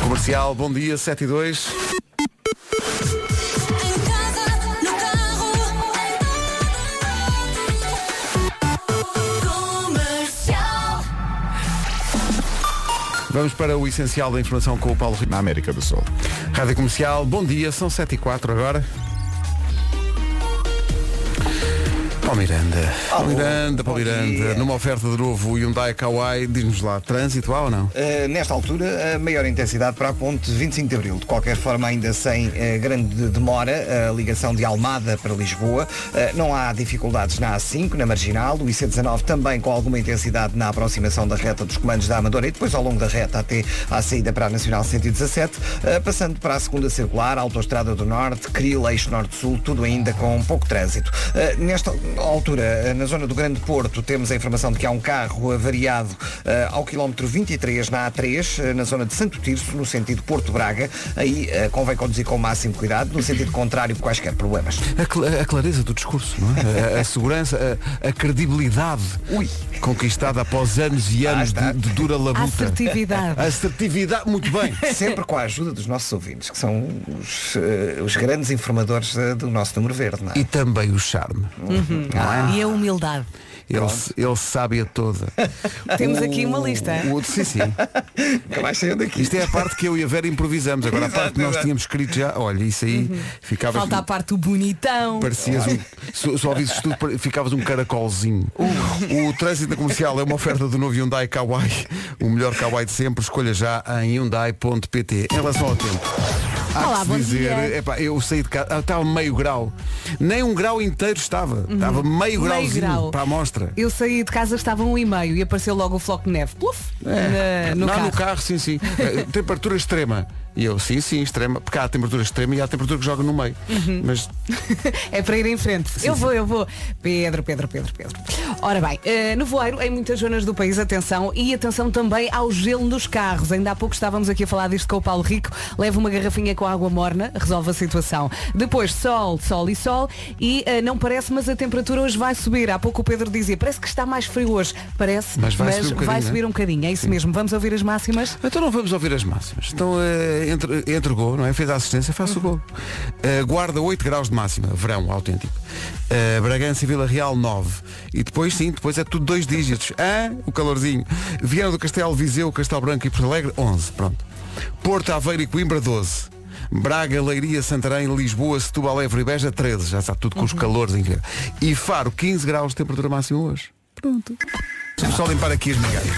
Comercial, bom dia, 7 e 2. Vamos para o essencial da informação com o Paulo Rico. Na América do Sul. Rádio Comercial, bom dia, são 7 e 4 agora. Paulo Miranda, numa oferta de novo o Hyundai Kauai, diz-nos lá, trânsito há ou não? Nesta altura, a maior intensidade para a ponte 25 de Abril. De qualquer forma, ainda sem grande demora, a ligação de Almada para Lisboa. Não há dificuldades na A5, na Marginal, o IC19 também com alguma intensidade na aproximação da reta dos comandos da Amadora e depois ao longo da reta até à saída para a Nacional 117, passando para a segunda circular, Autoestrada do Norte, Cril, Eixo Norte-Sul, tudo ainda com pouco trânsito. Nesta altura, na zona do Grande Porto, temos a informação de que há um carro avariado ao quilómetro 23 na A3, na zona de Santo Tirso, no sentido Porto-Braga. Aí convém conduzir com o máximo cuidado, no sentido contrário, quaisquer problemas. A clareza do discurso, não é? A segurança, a credibilidade conquistada após anos e anos de dura labuta. A assertividade, muito bem. Sempre com a ajuda dos nossos ouvintes, que são os grandes informadores do nosso número verde, não é? E também o charme. E a humildade. Ele sabe a toda. Temos aqui uma lista. Sim. Nunca mais saiu daqui. Isto é a parte que eu e a Vera improvisamos. Agora a parte que nós tínhamos escrito já, olha, isso aí ficava. Falta a parte do bonitão. Parecias só ouvisses tudo, ficavas um caracolzinho. O trânsito Comercial é uma oferta do novo Hyundai Kauai. O melhor Kauai de sempre. Escolha já em Hyundai.pt. Em relação ao tempo, há que se dizer, eu saí de casa, estava meio grau. Nem um grau inteiro estava. Estava meio grauzinho para a amostra. Eu saí de casa, estava 1,5 e apareceu logo o floco de neve. Pluf, no carro. No carro, sim. Temperatura extrema. E eu, sim, extrema. Porque há a temperatura extrema e há a temperatura que joga no meio. Mas é para ir em frente. Eu vou. Pedro. Ora bem, nevoeiro em muitas zonas do país, atenção. E atenção também ao gelo nos carros. Ainda há pouco estávamos aqui a falar disto com o Paulo Rico. Leva uma garrafinha com água morna, resolve a situação. Depois sol. E não parece, mas a temperatura hoje vai subir. Há pouco o Pedro dizia, parece que está mais frio hoje. Parece, mas vai subir um bocadinho. É isso mesmo. Vamos ouvir as máximas? Então não vamos ouvir as máximas. Então entregou, não é? Fez a assistência, faz o gol. Guarda 8 graus de máxima, verão autêntico. Bragança e Vila Real 9. E depois é tudo 2 dígitos. O calorzinho. Viana do Castelo, Viseu, Castelo Branco e Porto Alegre 11. Pronto. Porto, Aveiro e Coimbra 12. Braga, Leiria, Santarém, Lisboa, Setúbal, Évora e Beja 13. Já está tudo com os calores em ver. E Faro 15 graus de temperatura máxima hoje. Pronto. Vamos só limpar aqui as migalhas.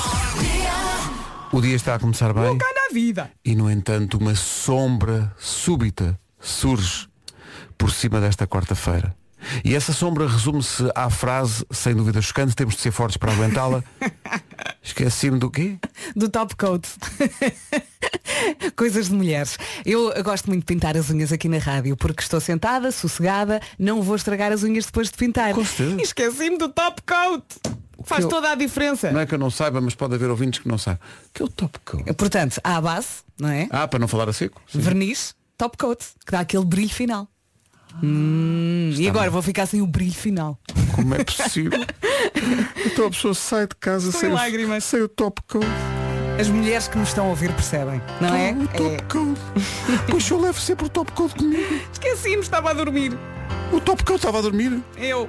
O dia está a começar bem. Nunca na vida. E no entanto uma sombra súbita surge por cima desta quarta-feira. E essa sombra resume-se à frase, sem dúvida chocante, temos de ser fortes para aguentá-la. Esqueci-me do quê? Do top coat. Coisas de mulheres. Eu gosto muito de pintar as unhas aqui na rádio, porque estou sentada, sossegada, não vou estragar as unhas depois de pintar. E esqueci-me do top coat. Faz toda a diferença. Não é que eu não saiba, mas pode haver ouvintes que não saibam. Que é o top coat? Portanto, há a base, não é? Para não falar a seco. Sim. Verniz, top coat, que dá aquele brilho final. E agora vou ficar sem o brilho final. Como é possível? Então a pessoa sai de casa sem o top coat. As mulheres que nos estão a ouvir percebem, não é? O top coat. Pois eu levo sempre o top coat comigo. Esqueci-me, estava a dormir. O top coat estava a dormir? Eu.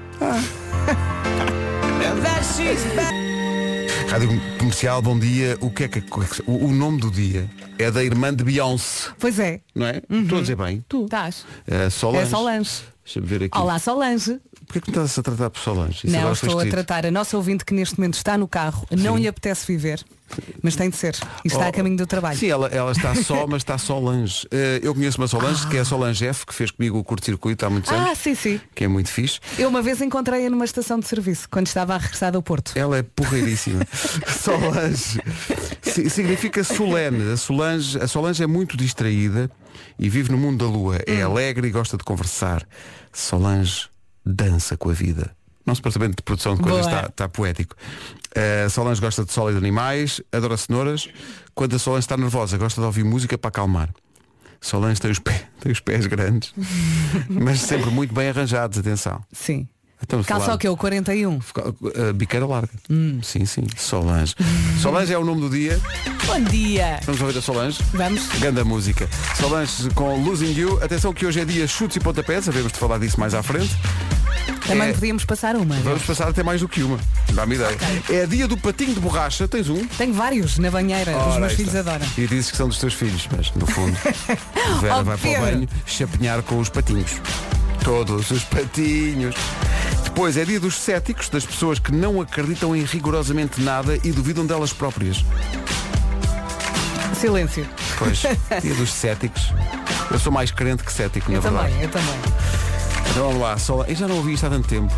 Rádio Comercial, bom dia. O nome do dia é da irmã de Beyoncé. Pois é. Não é? Estou a dizer bem? Tu. Estás. Solange. É Solange. Deixa-me ver aqui. Olá, Solange. Porquê que me estás a tratar por Solange? Isso não, estou a tratar a nossa ouvinte que neste momento está no carro. Não lhe apetece viver. Mas tem de ser. E está a caminho do trabalho. Sim, ela está só, mas está Solange. Eu conheço uma Solange, que é a Solange F, que fez comigo o curto-circuito há muitos anos. Sim. Que é muito fixe. Eu uma vez encontrei-a numa estação de serviço, quando estava a regressar do Porto. Ela é porreiríssima. Solange significa solene. A Solange é muito distraída e vive no mundo da lua. É alegre e gosta de conversar. Solange dança com a vida. Nosso departamento de produção de coisas está poético. Solange gosta de sol e de animais, adora cenouras. Quando a Solange está nervosa, gosta de ouvir música para acalmar. Solange tem os pés grandes, mas sempre muito bem arranjados, atenção. Sim. Então, Calça o quê? O 41? Biqueira larga. Sim, Solange. Solange é o nome do dia. Bom dia. Vamos ouvir a Solange. Vamos. Ganda música. Solange com Losing You. Atenção que hoje é dia chutes e pontapés. Sabemos de falar disso mais à frente. Também podíamos passar uma. Vamos passar até mais do que uma. Dá-me ideia. Okay. É dia do patinho de borracha. Tens um? Tenho vários na banheira. Os meus filhos adoram. E dizes que são dos teus filhos, mas no fundo Vera vai para o banho chapinhar com os patinhos. Todos os patinhos. Depois é dia dos céticos, das pessoas que não acreditam em rigorosamente nada e duvidam delas próprias. Silêncio. Pois, dia dos céticos. Eu sou mais crente que cético, na verdade. Eu também. Então vamos lá, eu já não ouvi isto há tanto tempo.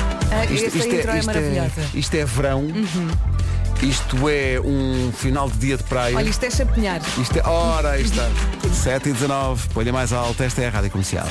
Isto é verão. Isto é um final de dia de praia. Olha, isto é chapinhar. Ora, aí está. 7h19, põe mais alto, esta é a Rádio Comercial.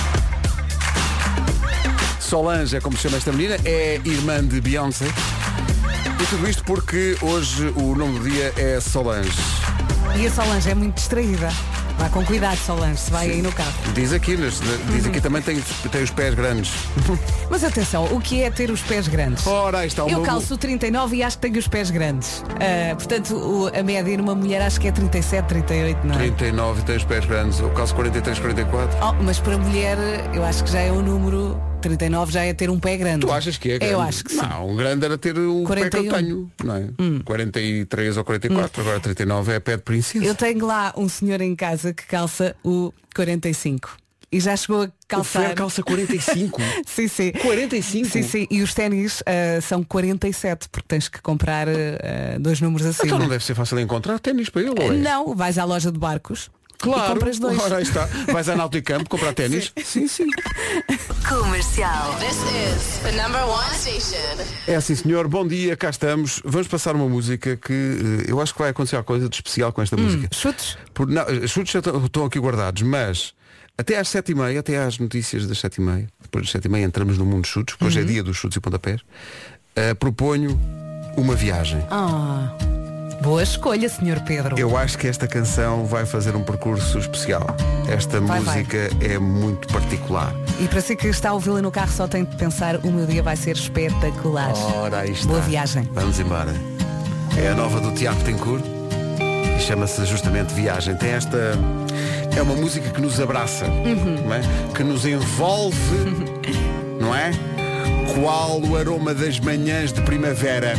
Solange é como se chama esta menina, é irmã de Beyoncé. E tudo isto porque hoje o nome do dia é Solange. E a Solange é muito distraída. Vá com cuidado, Solange, se vai aí no carro. Diz aqui também tem os pés grandes. Mas atenção, o que é ter os pés grandes? Ora, aí está Eu calço 39 e acho que tenho os pés grandes. Portanto, a média numa mulher acho que é 37, 38, não é? 39 e tem os pés grandes. Eu calço 43, 44. Mas para mulher, eu acho que já é um número... 39 já é ter um pé grande. Tu achas que é grande? Eu acho que sim. Não, um grande era ter o 41. Pé que eu tenho, não é? 43 ou 44, agora 39 é pé de princesa. Eu tenho lá um senhor em casa que calça o 45. E já chegou a calçar. O Fer calça 45? Sim. 45? Sim. E os ténis são 47, porque tens que comprar 2 números acima. Então não deve ser fácil encontrar ténis para ele, ou é? Não, vais à loja de barcos. Claro, e compras 2. Ora, aí está. Vais à Nauticamp comprar ténis? Sim. Comercial. This is the number 1 station. É sim, senhor. Bom dia, cá estamos. Vamos passar uma música que eu acho que vai acontecer alguma coisa de especial com esta música. Chutes? Chutes já estão aqui guardados, mas até às 7h30, até às notícias das 7h30, depois das 7h30 entramos no mundo de chutes, porque hoje é dia dos chutes e pontapés. Proponho uma viagem. Boa escolha, Sr. Pedro. Eu acho que esta canção vai fazer um percurso especial. Esta música é muito particular. E para si que está a ouvi-la no carro só tem de pensar, o meu dia vai ser espetacular. Ora, aí está. Boa viagem. Vamos embora. É a nova do Tiago Tencourt e chama-se justamente Viagem. Tem esta... É uma música que nos abraça, não é? Que nos envolve, não é? Qual o aroma das manhãs de primavera.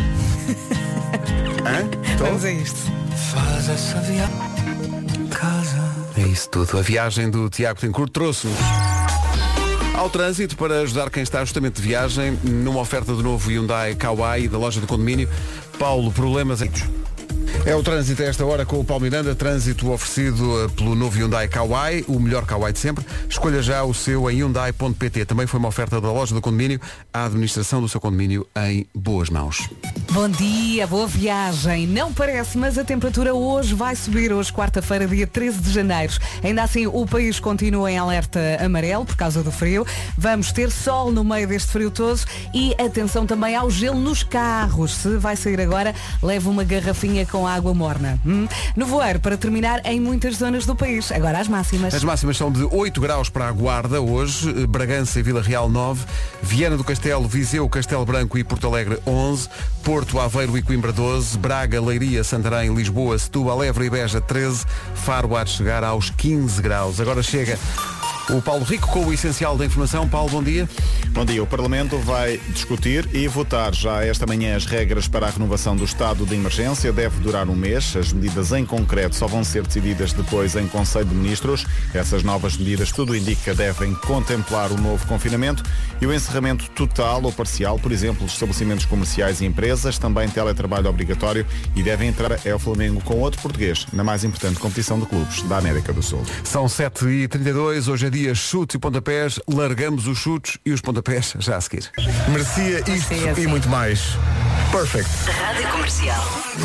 Vamos a isto. Faz essa viagem casa. É isso tudo. A viagem do Tiago Tencourt trouxe-nos ao trânsito para ajudar quem está justamente de viagem numa oferta do novo Hyundai Kauai da loja do condomínio. Paulo, problemas aqui. É o trânsito a esta hora com o Paulo Miranda, trânsito oferecido pelo novo Hyundai Kauai, o melhor Kauai de sempre. Escolha já o seu em Hyundai.pt. Também foi uma oferta da loja do condomínio, a administração do seu condomínio em boas mãos. Bom dia, boa viagem. Não parece, mas a temperatura hoje vai subir. Hoje, quarta-feira, dia 13 de janeiro. Ainda assim, o país continua em alerta amarelo por causa do frio. Vamos ter sol no meio deste frio todo e atenção também ao gelo nos carros. Se vai sair agora, leve uma garrafinha com água morna. Nevoeiro, para terminar, em muitas zonas do país. Agora as máximas. As máximas são de 8 graus para a Guarda hoje, Bragança e Vila Real 9, Viana do Castelo, Viseu, Castelo Branco e Porto Alegre 11, Porto, Aveiro e Coimbra 12, Braga, Leiria, Santarém, Lisboa, Setúbal, Évora e Beja 13, Faro há de chegar aos 15 graus. Agora chega o Paulo Rico com o essencial da informação. Paulo, bom dia. Bom dia. O Parlamento vai discutir e votar já esta manhã as regras para a renovação do estado de emergência. Deve durar um mês. As medidas em concreto só vão ser decididas depois em Conselho de Ministros. Essas novas medidas, tudo indica, devem contemplar o novo confinamento e o encerramento total ou parcial, por exemplo, de estabelecimentos comerciais e empresas, também teletrabalho obrigatório e devem entrar o Flamengo com outro português na mais importante competição de clubes da América do Sul. São 7h32, hoje é dia chutes e pontapés, largamos os chutes e os pontapés já a seguir. Merecia isto e muito mais. Perfect. Rádio Comercial.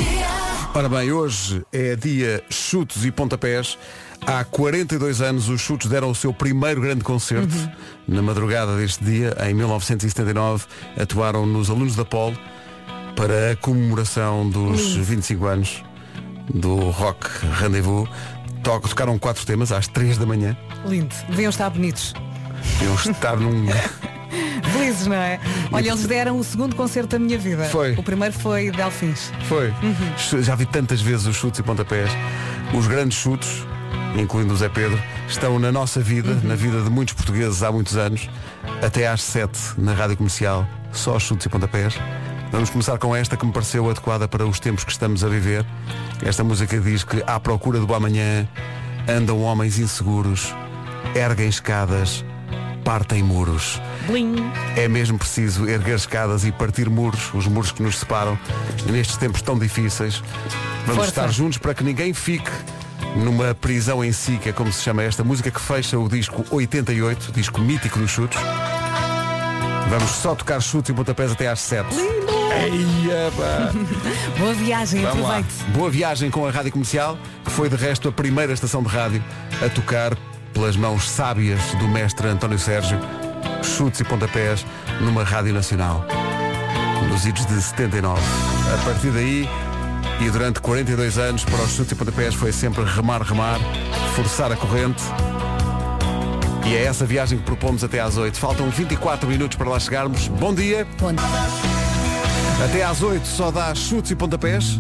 Ora bem, hoje é dia chutes e pontapés. Há 42 anos os chutes deram o seu primeiro grande concerto. Na madrugada deste dia, em 1979, atuaram nos Alunos da Polo para a comemoração dos 25 anos do Rock Rendezvous. Tocaram 4 temas às 3 da manhã. Lindo. Deviam estar bonitos. Deviam estar Felizes, não é? Olha, eles deram o segundo concerto da minha vida. Foi. O primeiro foi Delfins. Foi. Já vi tantas vezes os chutes e pontapés. Os grandes chutes, incluindo o Zé Pedro, estão na nossa vida, na vida de muitos portugueses há muitos anos, até às 7 na Rádio Comercial, só chutes e pontapés. Vamos começar com esta que me pareceu adequada para os tempos que estamos a viver. Esta música diz que à procura do amanhã andam homens inseguros, erguem escadas, partem muros. Blim. É mesmo preciso erguer escadas e partir muros, os muros que nos separam nestes tempos tão difíceis. Vamos Força. estar juntos para que ninguém fique numa prisão em si, que é como se chama esta música que fecha o disco 88, disco mítico dos chutes. Vamos só tocar chutes e pontapés até às 7. Lindo! Eia, pá. Boa viagem, Vamos lá. aproveite. Boa viagem com a Rádio Comercial, que foi de resto a primeira estação de rádio a tocar pelas mãos sábias do mestre António Sérgio, chutes e pontapés numa rádio nacional, nos idos de 79. A partir daí, e durante 42 anos, para os chutes e pontapés foi sempre remar, forçar a corrente. E é essa viagem que propomos até às 8. Faltam 24 minutos para lá chegarmos. Bom dia. Bom dia. Até às 8 só dá chutes e pontapés.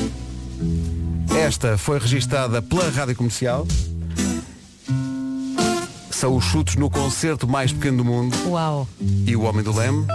Esta foi registada pela Rádio Comercial. São os chutes no concerto mais pequeno do mundo. Uau. E o Homem do Leme.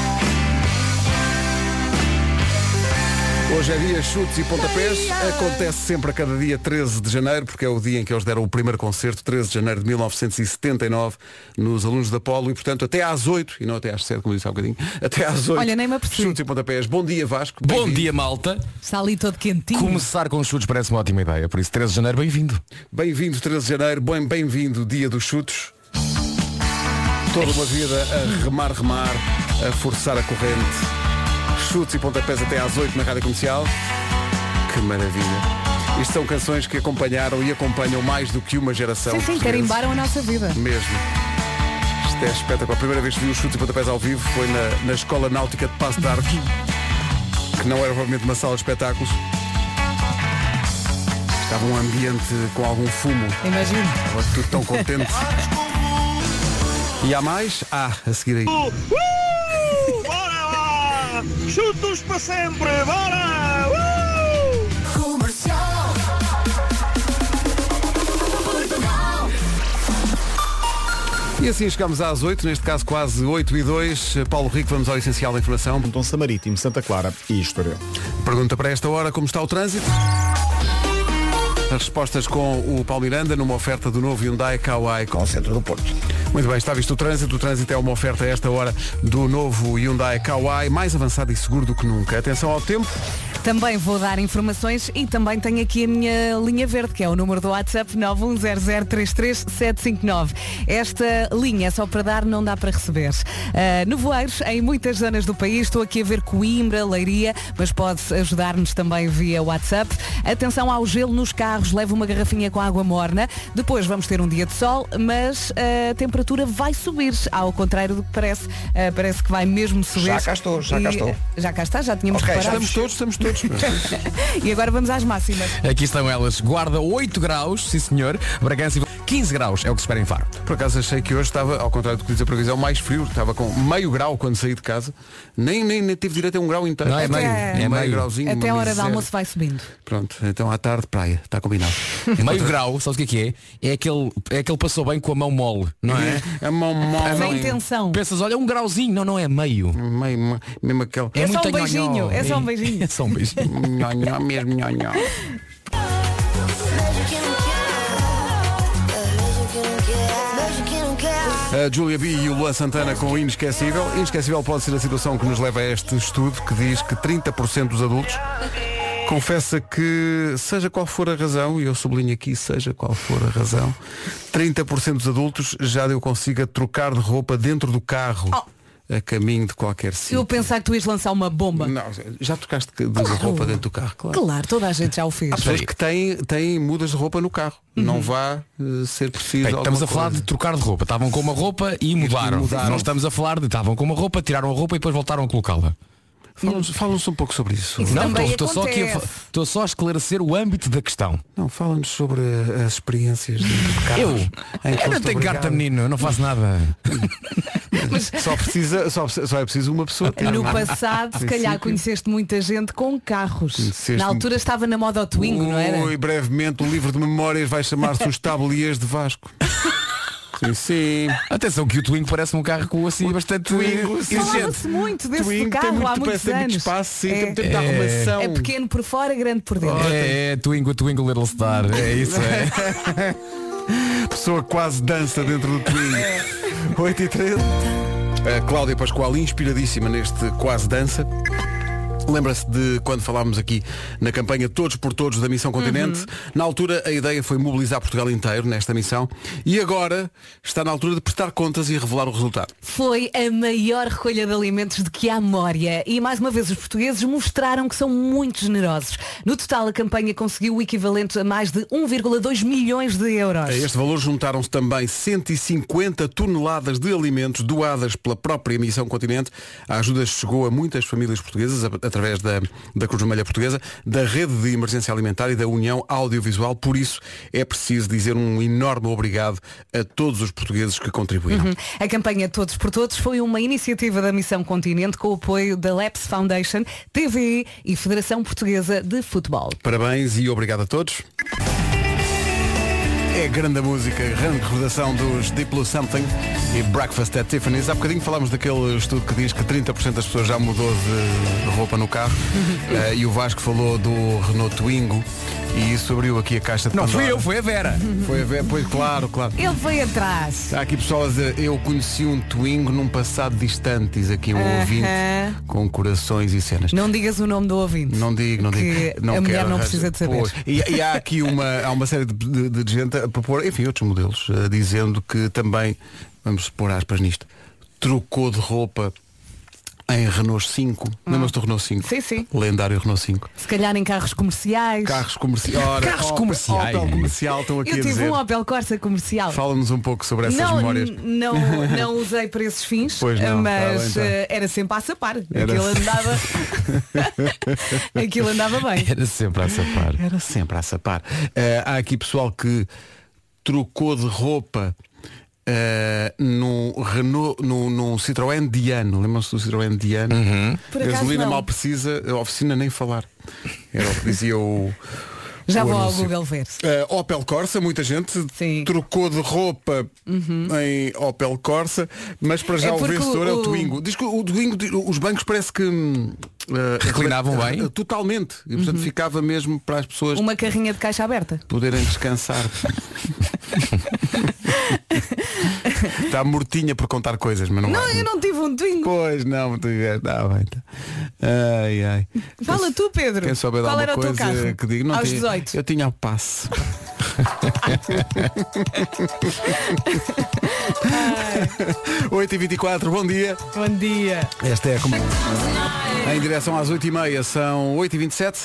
Hoje é dia chutes e pontapés. Acontece sempre a cada dia 13 de janeiro, porque é o dia em que eles deram o primeiro concerto, 13 de janeiro de 1979, nos Alunos da Apolo. E, portanto, até às 8, e não até às 7, como disse há bocadinho, até às 8. Olha, nem me apercebi. Chutes e pontapés. Bom dia, Vasco. Bom Bem-vindo. dia, malta. Está ali todo quentinho. Começar com os chutes parece uma ótima ideia. Por isso, 13 de janeiro, bem-vindo. Bem-vindo, 13 de janeiro. Bem-vindo, dia dos chutes. Toda uma vida a remar, a forçar a corrente. Chutes e pontapés até às 8 na Rádio Comercial. Que maravilha. Isto são canções que acompanharam e acompanham mais do que uma geração. Sim, sim, portuguesa. carimbaram a nossa vida. Mesmo. Isto é espetacular. A primeira vez que vi os chutes e pontapés ao vivo foi na Escola Náutica de Passo de Arcos, que não era provavelmente uma sala de espetáculos. Estava um ambiente com algum fumo. Imagino. Estava tudo tão contente. E há mais? A seguir aí. Bora lá! Chutos para sempre! Bora! Comercial. Portugal. E assim chegamos às 8, neste caso quase 8:02. Paulo Rico, vamos ao essencial da informação. Pontonça Marítimo, Santa Clara e Estoril. Pergunta para esta hora como está o trânsito. As respostas com o Paulo Miranda numa oferta do novo Hyundai Kauai Com o centro do Porto. Muito bem, está visto o trânsito. O trânsito é uma oferta a esta hora do novo Hyundai Kauai, mais avançado e seguro do que nunca. Atenção ao tempo. Também vou dar informações e também tenho aqui a minha linha verde, que é o número do WhatsApp 910033759. Esta linha é só para dar, não dá para receber. Nevoeiros em muitas zonas do país. Estou aqui a ver Coimbra, Leiria, mas pode ajudar-nos também via WhatsApp. Atenção ao gelo nos carros. Leve uma garrafinha com água morna. Depois vamos ter um dia de sol, mas a temperatura vai subir, ao contrário do que parece. Parece que vai mesmo subir. Já cá estou. Já cá está, já tínhamos Ok, reparado. Estamos todos. E agora vamos às máximas. Aqui estão elas. Guarda 8 graus, sim senhor. Bragança 15 graus, é o que se espera em Faro. Por acaso achei que hoje estava, ao contrário do que diz a previsão, mais frio. Estava com meio grau quando saí de casa. Nem tive direito a um grau inteiro. Não, é meio. É meio. grauzinho. Até a uma hora do miséria. almoço vai subindo. Pronto, então à tarde praia. Está combinado. Meio grau, sabes o que é? É aquele passou bem com a mão mole, não é? A mão mole. Sem intenção. Pensas, olha, um grauzinho. Não é meio. Meio, mesmo aquele. É só muito um beijinho, nhonhó. é só um beijinho. É só um beijinho. Nhonhó, mesmo nhonhó. A Júlia B e o Luan Santana com o Inesquecível. Inesquecível pode ser a situação que nos leva a este estudo que diz que 30% dos adultos confessa que, seja qual for a razão, e eu sublinho aqui, seja qual for a razão, 30% dos adultos já deu consigo a trocar de roupa dentro do carro. A caminho de qualquer sítio. Eu pensar que tu ias lançar uma bomba. Não, já trocaste de roupa dentro do carro, claro. Claro, toda a gente já o fez. Há pessoas que têm mudas de roupa no carro. Não vá ser preciso. Bem, estamos a falar coisa. de trocar de roupa. Estavam com uma roupa e mudaram. mudaram. Não estamos a falar de estavam com uma roupa, tiraram a roupa e depois voltaram a colocá-la. Fala-nos um pouco sobre isso. Isso Não, também estou só a esclarecer o âmbito da questão. Não, fala-nos sobre as experiências de carros. Eu em que não foste tenho carta, obrigado. menino, eu não faço nada. Só é preciso uma pessoa ter. No não é? passado, se calhar Princípio. conheceste muita gente com carros. Conheceste- Na altura estava na moda o Twingo, não era? Ui, brevemente o livro de memórias vai chamar-se Os Tabuleiros de Vasco. Sim, sim. Atenção que o Twingo parece um carro com assim bastante Twingo, sim. exigente. Falava-se muito desse Twingo carro tem há muito, muitos parece ter muito anos. espaço, sim, é, tem muita arrumação. é pequeno por fora, grande por dentro. É, Twingo Little Star. É isso, é. Pessoa quase dança dentro do Twingo. 8h13. A Cláudia Pascoal, inspiradíssima neste quase dança. Lembra-se de quando falámos aqui na campanha Todos por Todos da Missão Continente. Na altura a ideia foi mobilizar Portugal inteiro nesta missão e agora está na altura de prestar contas e revelar o resultado. Foi a maior recolha de alimentos de que há memória e mais uma vez os portugueses mostraram que são muito generosos. No total a campanha conseguiu o equivalente a mais de 1,2 milhões de euros. A este valor juntaram-se também 150 toneladas de alimentos doadas pela própria Missão Continente. A ajuda chegou a muitas famílias portuguesas através da Cruz Vermelha Portuguesa, da Rede de Emergência Alimentar e da União Audiovisual. Por isso é preciso dizer um enorme obrigado a todos os portugueses que contribuíram. A campanha Todos por Todos foi uma iniciativa da Missão Continente com o apoio da Leps Foundation, TVI e Federação Portuguesa de Futebol. Parabéns e obrigado a todos. É grande a música, grande recordação dos Deep Blue Something e Breakfast at Tiffany's. Há bocadinho falámos daquele estudo que diz que 30% das pessoas já mudou de roupa no carro. E o Vasco falou do Renault Twingo e isso abriu aqui a caixa de Não Pandora. fui eu, foi a Vera. Foi a ver, pois claro. Ele veio atrás. Há aqui pessoal a dizer, eu conheci um Twingo num passado distante, diz aqui um ouvinte com corações e cenas. Não digas o nome do ouvinte. Não digo. Que Não a mulher quero não arranjar. precisa de saber. Pois. E há aqui uma série de gente a propor, enfim, outros modelos, dizendo que também, vamos pôr aspas nisto, trocou de roupa em Renault 5. Lembras-te do Renault 5? Sim, sim. Lendário Renault 5. Se calhar em carros comerciais. Carros comerciais. Carros comerciais. Opel comercial, estão aqui Eu a tive dizer. um Opel Corsa comercial. Fala-nos um pouco sobre essas Não, memórias. não usei para esses fins, Pois não, mas tá bem, tá. era sempre a sapar. Era- Aquilo andava bem. Era sempre a sapar. Era sempre a sapar. Há aqui pessoal que trocou de roupa num Renault, num Citroën Diano. Lembram-se do Citroën Diano? Por acaso Gasolina não. mal precisa, a oficina nem falar. Era o que dizia o. Já o vou ao anúncio. Google ver. Opel Corsa, muita gente Sim. trocou de roupa em Opel Corsa, mas para já É o porque vencedor é o o- Twingo. Diz que o Twingo, os bancos parece que Reclinavam bem? Totalmente. E portanto ficava mesmo para as pessoas Uma carrinha de caixa aberta. poderem descansar. Está mortinha por contar coisas, mas não Não, é. eu não tive um Twingo. Pois não, tu tiveste. Bem, tá. Ai. Fala tu, Pedro. Quem souber de Qual alguma era o teu coisa carro? que diga, não Aos tinha, 18. eu tinha o passe. Ai, 8h24, bom dia. bom dia. Esta é a em direção às 8h30, são 8h27.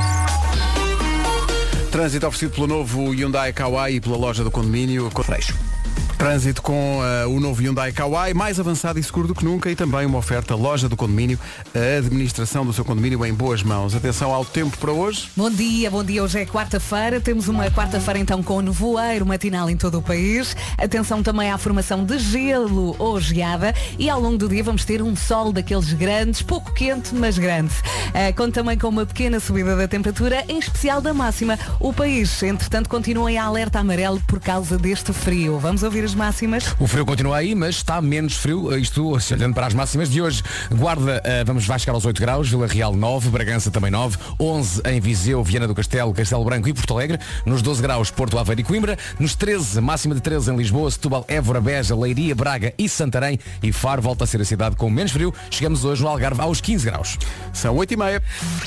Trânsito oferecido pelo novo Hyundai Kauai e pela loja do condomínio. Freixo. Trânsito com o novo Hyundai Kauai, mais avançado e seguro do que nunca, e também uma oferta loja do condomínio, a administração do seu condomínio em boas mãos. Atenção ao tempo para hoje. Bom dia. Hoje é quarta-feira. Temos uma quarta-feira então com nevoeiro matinal em todo o país. Atenção também à formação de gelo ou geada. E ao longo do dia vamos ter um sol daqueles grandes, pouco quente, mas grande. Conta também com uma pequena subida da temperatura, em especial da máxima. O país, entretanto, continua em alerta amarelo por causa deste frio. Vamos ouvir as máximas? O frio continua aí, mas está menos frio. Isto, olhando para as máximas de hoje. Guarda, vai chegar aos 8 graus, Vila Real 9, Bragança também 9, 11 em Viseu, Viana do Castelo, Castelo Branco e Porto Alegre, nos 12 graus Porto Aveiro e Coimbra, nos 13, máxima de 13 em Lisboa, Setúbal, Évora, Beja, Leiria, Braga e Santarém, e Faro volta a ser a cidade com menos frio. Chegamos hoje no Algarve aos 15 graus. São 8h30.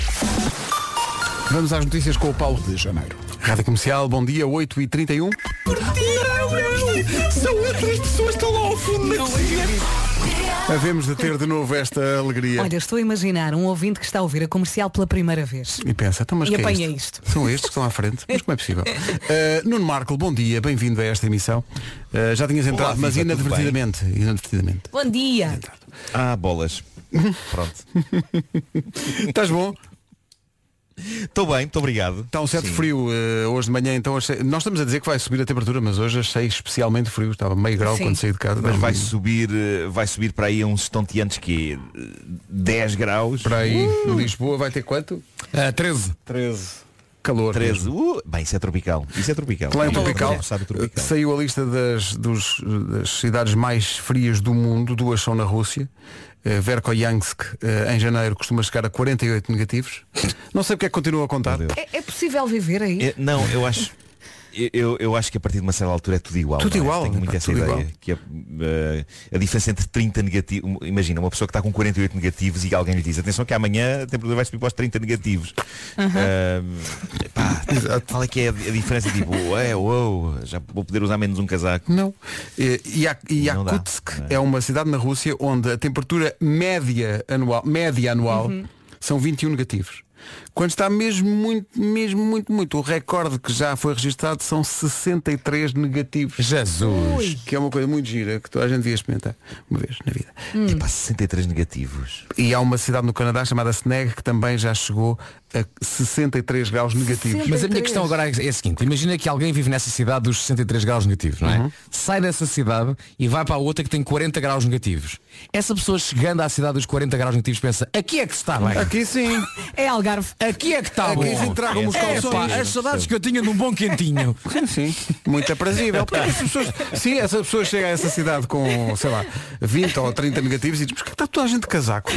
Vamos às notícias com o Paulo de Janeiro. Rádio Comercial, bom dia, 8h31. São outras pessoas que estão lá ao fundo. Havemos de ter de novo esta alegria. Olha, estou a imaginar um ouvinte que está a ouvir a comercial pela primeira vez. E pensa, então, mas E que é apanha isto. São estes que estão à frente? Mas como é possível? Nuno Marco, bom dia, bem-vindo a esta emissão. Já tinhas entrado, mas viva, tudo inadvertidamente. Bom dia. Ah, bolas. Pronto. Estás bom? Estou bem, muito obrigado. Está um certo Sim. frio hoje de manhã, então achei... Nós estamos a dizer que vai subir a temperatura, mas hoje achei especialmente frio. Estava meio grau quando saí de casa. Mas vai subir para aí uns estonteantes que 10 graus. Para aí, Lisboa vai ter quanto? 13. Calor. 13. Bem, isso é tropical. Isso é tropical. Lá em tropical. tropical. Saiu a lista das cidades mais frias do mundo. 2 são na Rússia. Verkhoyansk, em janeiro, costuma chegar a 48 negativos. Não sei porque é que continua a contar. É possível viver aí? Não, eu acho. Eu acho que a partir de uma certa altura é tudo igual. Tudo igual. Tenho muito essa ideia. Igual. Que a diferença entre 30 negativos. Imagina, uma pessoa que está com 48 negativos e alguém lhe diz, atenção que amanhã a temperatura vai subir para os 30 negativos. Qual é que é a diferença? Tipo, já vou poder usar menos um casaco. Não. Yakutsk é uma cidade na Rússia onde a temperatura média anual são 21 negativos. Quando está mesmo muito. O recorde que já foi registado são 63 negativos. Jesus! Que é uma coisa muito gira que toda a gente devia experimentar uma vez na vida. 63 negativos. E há uma cidade no Canadá chamada Sneg que também já chegou a 63 graus negativos. Mas a minha questão agora é a seguinte: imagina que alguém vive nessa cidade dos 63 graus negativos, não é? Sai dessa cidade e vai para a outra que tem 40 graus negativos. Essa pessoa chegando à cidade dos 40 graus negativos pensa, aqui é que se está bem. Aqui sim. É Algarve. Aqui é que está bom. Aqui sim tragam-me os calções. As saudades que eu tinha de um bom quentinho. Sim, muito aprazível. Essas pessoas chegam a essa cidade com, sei lá, 20 ou 30 negativos e dizem, mas que está toda a gente de casaco?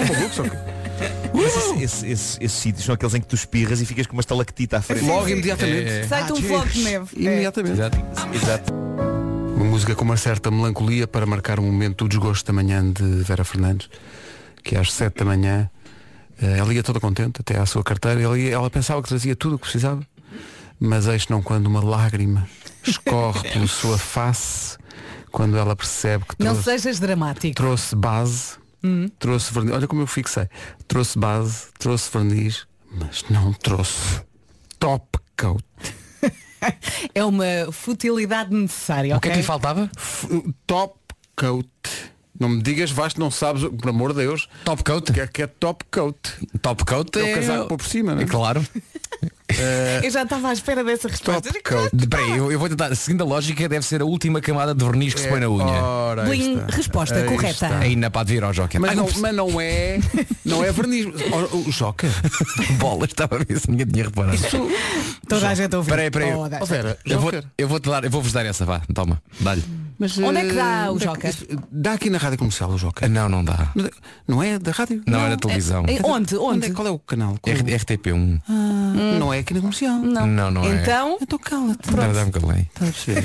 Mas esses sítios são aqueles em que tu espirras e ficas com uma estalactita à frente. Logo imediatamente. Sai-te um floco de neve. Imediatamente. Exato. Uma música com uma certa melancolia para marcar um momento do desgosto da manhã de Vera Fernandes, que às 7 da manhã ela ia toda contente até à sua carteira. Ela pensava que trazia tudo o que precisava, mas eis não quando uma lágrima escorre pela sua face quando ela percebe que Não sejas dramático. trouxe base, trouxe verniz. Olha como eu fixei. Trouxe base, trouxe verniz, mas não trouxe top coat. É uma futilidade necessária, O que é que lhe faltava? Top coat. Não me digas, Vasco, não sabes, por amor de Deus. Top coat? Que é top coat. Top coat É o casaco por cima, não é? É claro. Eu já estava à espera dessa resposta. Top coat. Peraí, eu vou tentar. Seguindo a lógica, deve ser a última camada de verniz que se põe na unha. Ora, aí Bling, está. resposta Aí correta. está. Aí na pá de vir ao Joker. Mas não é verniz. O Joker. Bola, estava a ver se ninguém tinha reparado. Toda a gente ouviu. Peraí. Toda a gente. Vera, Eu vou-vos dar essa, vá, toma, dá-lhe. Mas, Onde é que dá o Joker? Dá aqui na rádio comercial o Joker. Não dá. Não é da rádio? Não, é na televisão. Onde? Qual é o canal? RTP1. Não é aqui na comercial. Não é. Então, Então cala-te. Não, dá-me calei. Está a perceber?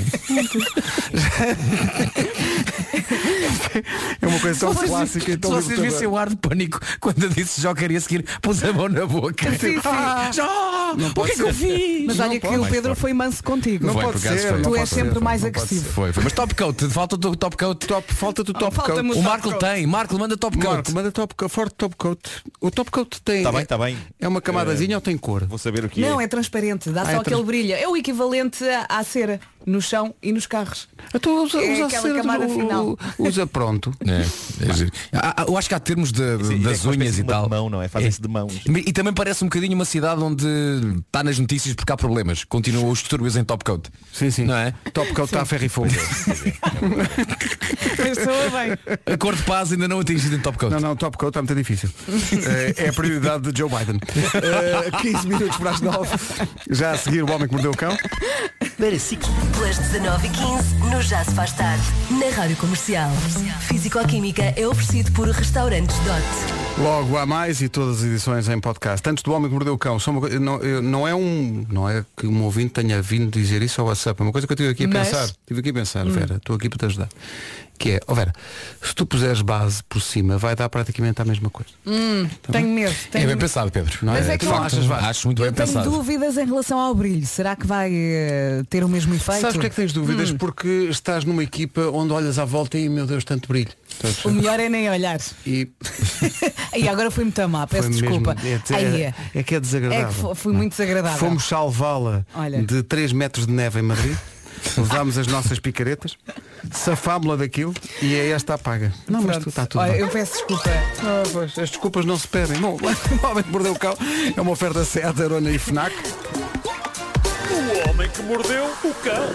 É uma coisa tão clássica e tão Se vocês vissem o ar de pânico quando eu disse Joker e a seguir pus a mão na boca. Sim. O que é que eu fiz? Mas olha que o Pedro foi manso contigo. Não Foi, pode por acaso ser. foi. não Tu pode és ser, sempre mais não pode agressivo. ser. Foi. Mas top coat, falta o top coat. Falta-te o top Falta-me coat. O Marco tem. Marco, manda top coat. Marco, manda top coat. Forte top coat. O top coat tem. Está bem. É uma camadazinha ou tem cor? Vou saber o que Não, é transparente, dá só aquele brilho. É o equivalente à cera no chão e nos carros. Então usa aquela cera camada final. usa pronto. É giro. Eu acho que há termos das unhas e tal. De mão, não é? Fazem-se de mãos. E também parece um bocadinho uma cidade onde está nas notícias porque há problemas. Continuam os distúrbios em top coat. Sim. Não é? Top coat está a ferro e fogo. Soa bem. A cor de paz ainda não atingida em top coat. Não, top coat está muito difícil. É a prioridade de Joe Biden. 15 minutos para as 9. Já a seguir o Homem que Mordeu o Cão. Pelas 19h15, no Já se faz tarde. Na Rádio Comercial. Físico-química é oferecido por Restaurantes Dot. Logo há mais e todas as edições em podcast. Antes do Homem que Mordeu o Cão, só uma coisa, não é que um ouvinte tenha vindo dizer isso ao WhatsApp. É uma coisa que eu estive aqui a pensar. Estive aqui a pensar, Vera, estou aqui para te ajudar. Que é, Vera, se tu puseres base por cima, vai dar praticamente a mesma coisa. Tenho medo. É bem pensado, Pedro. Não Mas é? é que Tu não achas, acho muito bem Tenho pensado. dúvidas em relação ao brilho. Será que vai ter o mesmo efeito? Sabes porque é que tens dúvidas? Porque estás numa equipa onde olhas à volta e, meu Deus, tanto brilho. O melhor é nem olhar. E E agora foi muito má, peço foi desculpa. mesmo, é que é desagradável. Foi muito desagradável. Fomos salvá-la Olha. de 3 metros de neve em Madrid. Levámos as nossas picaretas. safámos-la daquilo e é esta a paga. Não, mas tu está tudo Olha, bem. eu peço desculpa. Pois, as desculpas não se pedem. Bom, o Homem que Mordeu o Cão é uma oferta Seat, Arona e FNAC. O homem que mordeu o cão.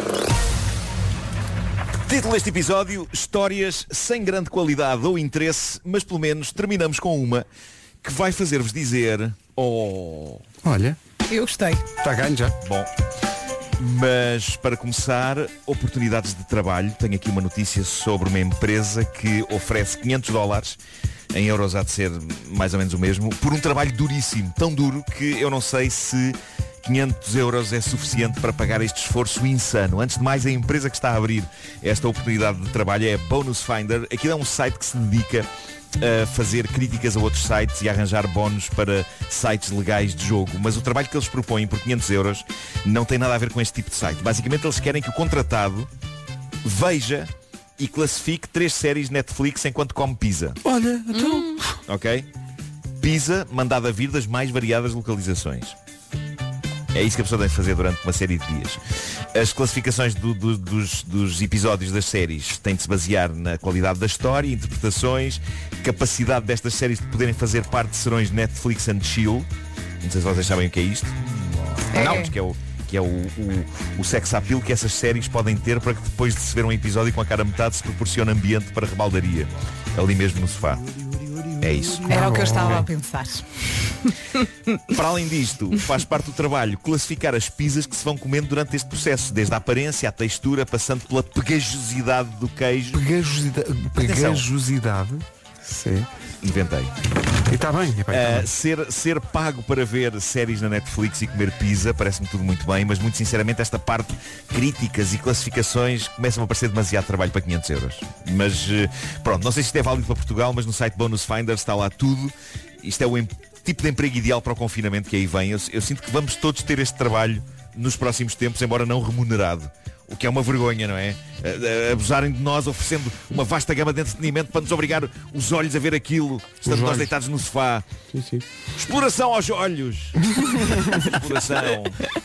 Título deste episódio: histórias sem grande qualidade ou interesse, mas pelo menos terminamos com uma que vai fazer-vos dizer: oh... Olha, Eu gostei. está ganho já. Bom, mas para começar, oportunidades de trabalho. Tenho aqui uma notícia sobre uma empresa que oferece $500, em euros há de ser mais ou menos o mesmo, por um trabalho duríssimo, tão duro que eu não sei se 500 euros é suficiente para pagar este esforço insano. Antes de mais, a empresa que está a abrir esta oportunidade de trabalho é a Bonus Finder. Aquilo é um site que se dedica a fazer críticas a outros sites e a arranjar bónus para sites legais de jogo. Mas o trabalho que eles propõem por 500 euros não tem nada a ver com este tipo de site. Basicamente, eles querem que o contratado veja e classifique 3 séries Netflix enquanto come pizza. Olha, então... Ok? Pizza mandada vir das mais variadas localizações. É isso que a pessoa tem de fazer durante uma série de dias. As classificações dos episódios das séries têm de se basear na qualidade da história, interpretações, capacidade destas séries de poderem fazer parte de serões Netflix and Chill. Não sei se vocês sabem o que é isto. Não, que é o sex appeal que essas séries podem ter para que depois de se ver um episódio com a cara a metade se proporcione ambiente para rebaldaria. Ali mesmo no sofá. É isso. Era o que eu estava a pensar. Para além disto, faz parte do trabalho classificar as pizzas que se vão comendo durante este processo, desde a aparência, à textura, passando pela pegajosidade do queijo. Pegajosidade? Sim. Inventei. E está bem. Ser pago para ver séries na Netflix e comer pizza parece-me tudo muito bem, mas muito sinceramente esta parte, críticas e classificações, começam a parecer demasiado trabalho para 500 euros. Mas pronto, não sei se isto é válido para Portugal, mas no site Bonus Finder está lá tudo. Isto é o tipo de emprego ideal para o confinamento que aí vem. Eu sinto que vamos todos ter este trabalho nos próximos tempos, embora não remunerado. O que é uma vergonha, não é? Abusarem de nós oferecendo uma vasta gama de entretenimento para nos obrigar os olhos a ver aquilo, estando nós deitados no sofá. Sim. Exploração aos olhos. Exploração.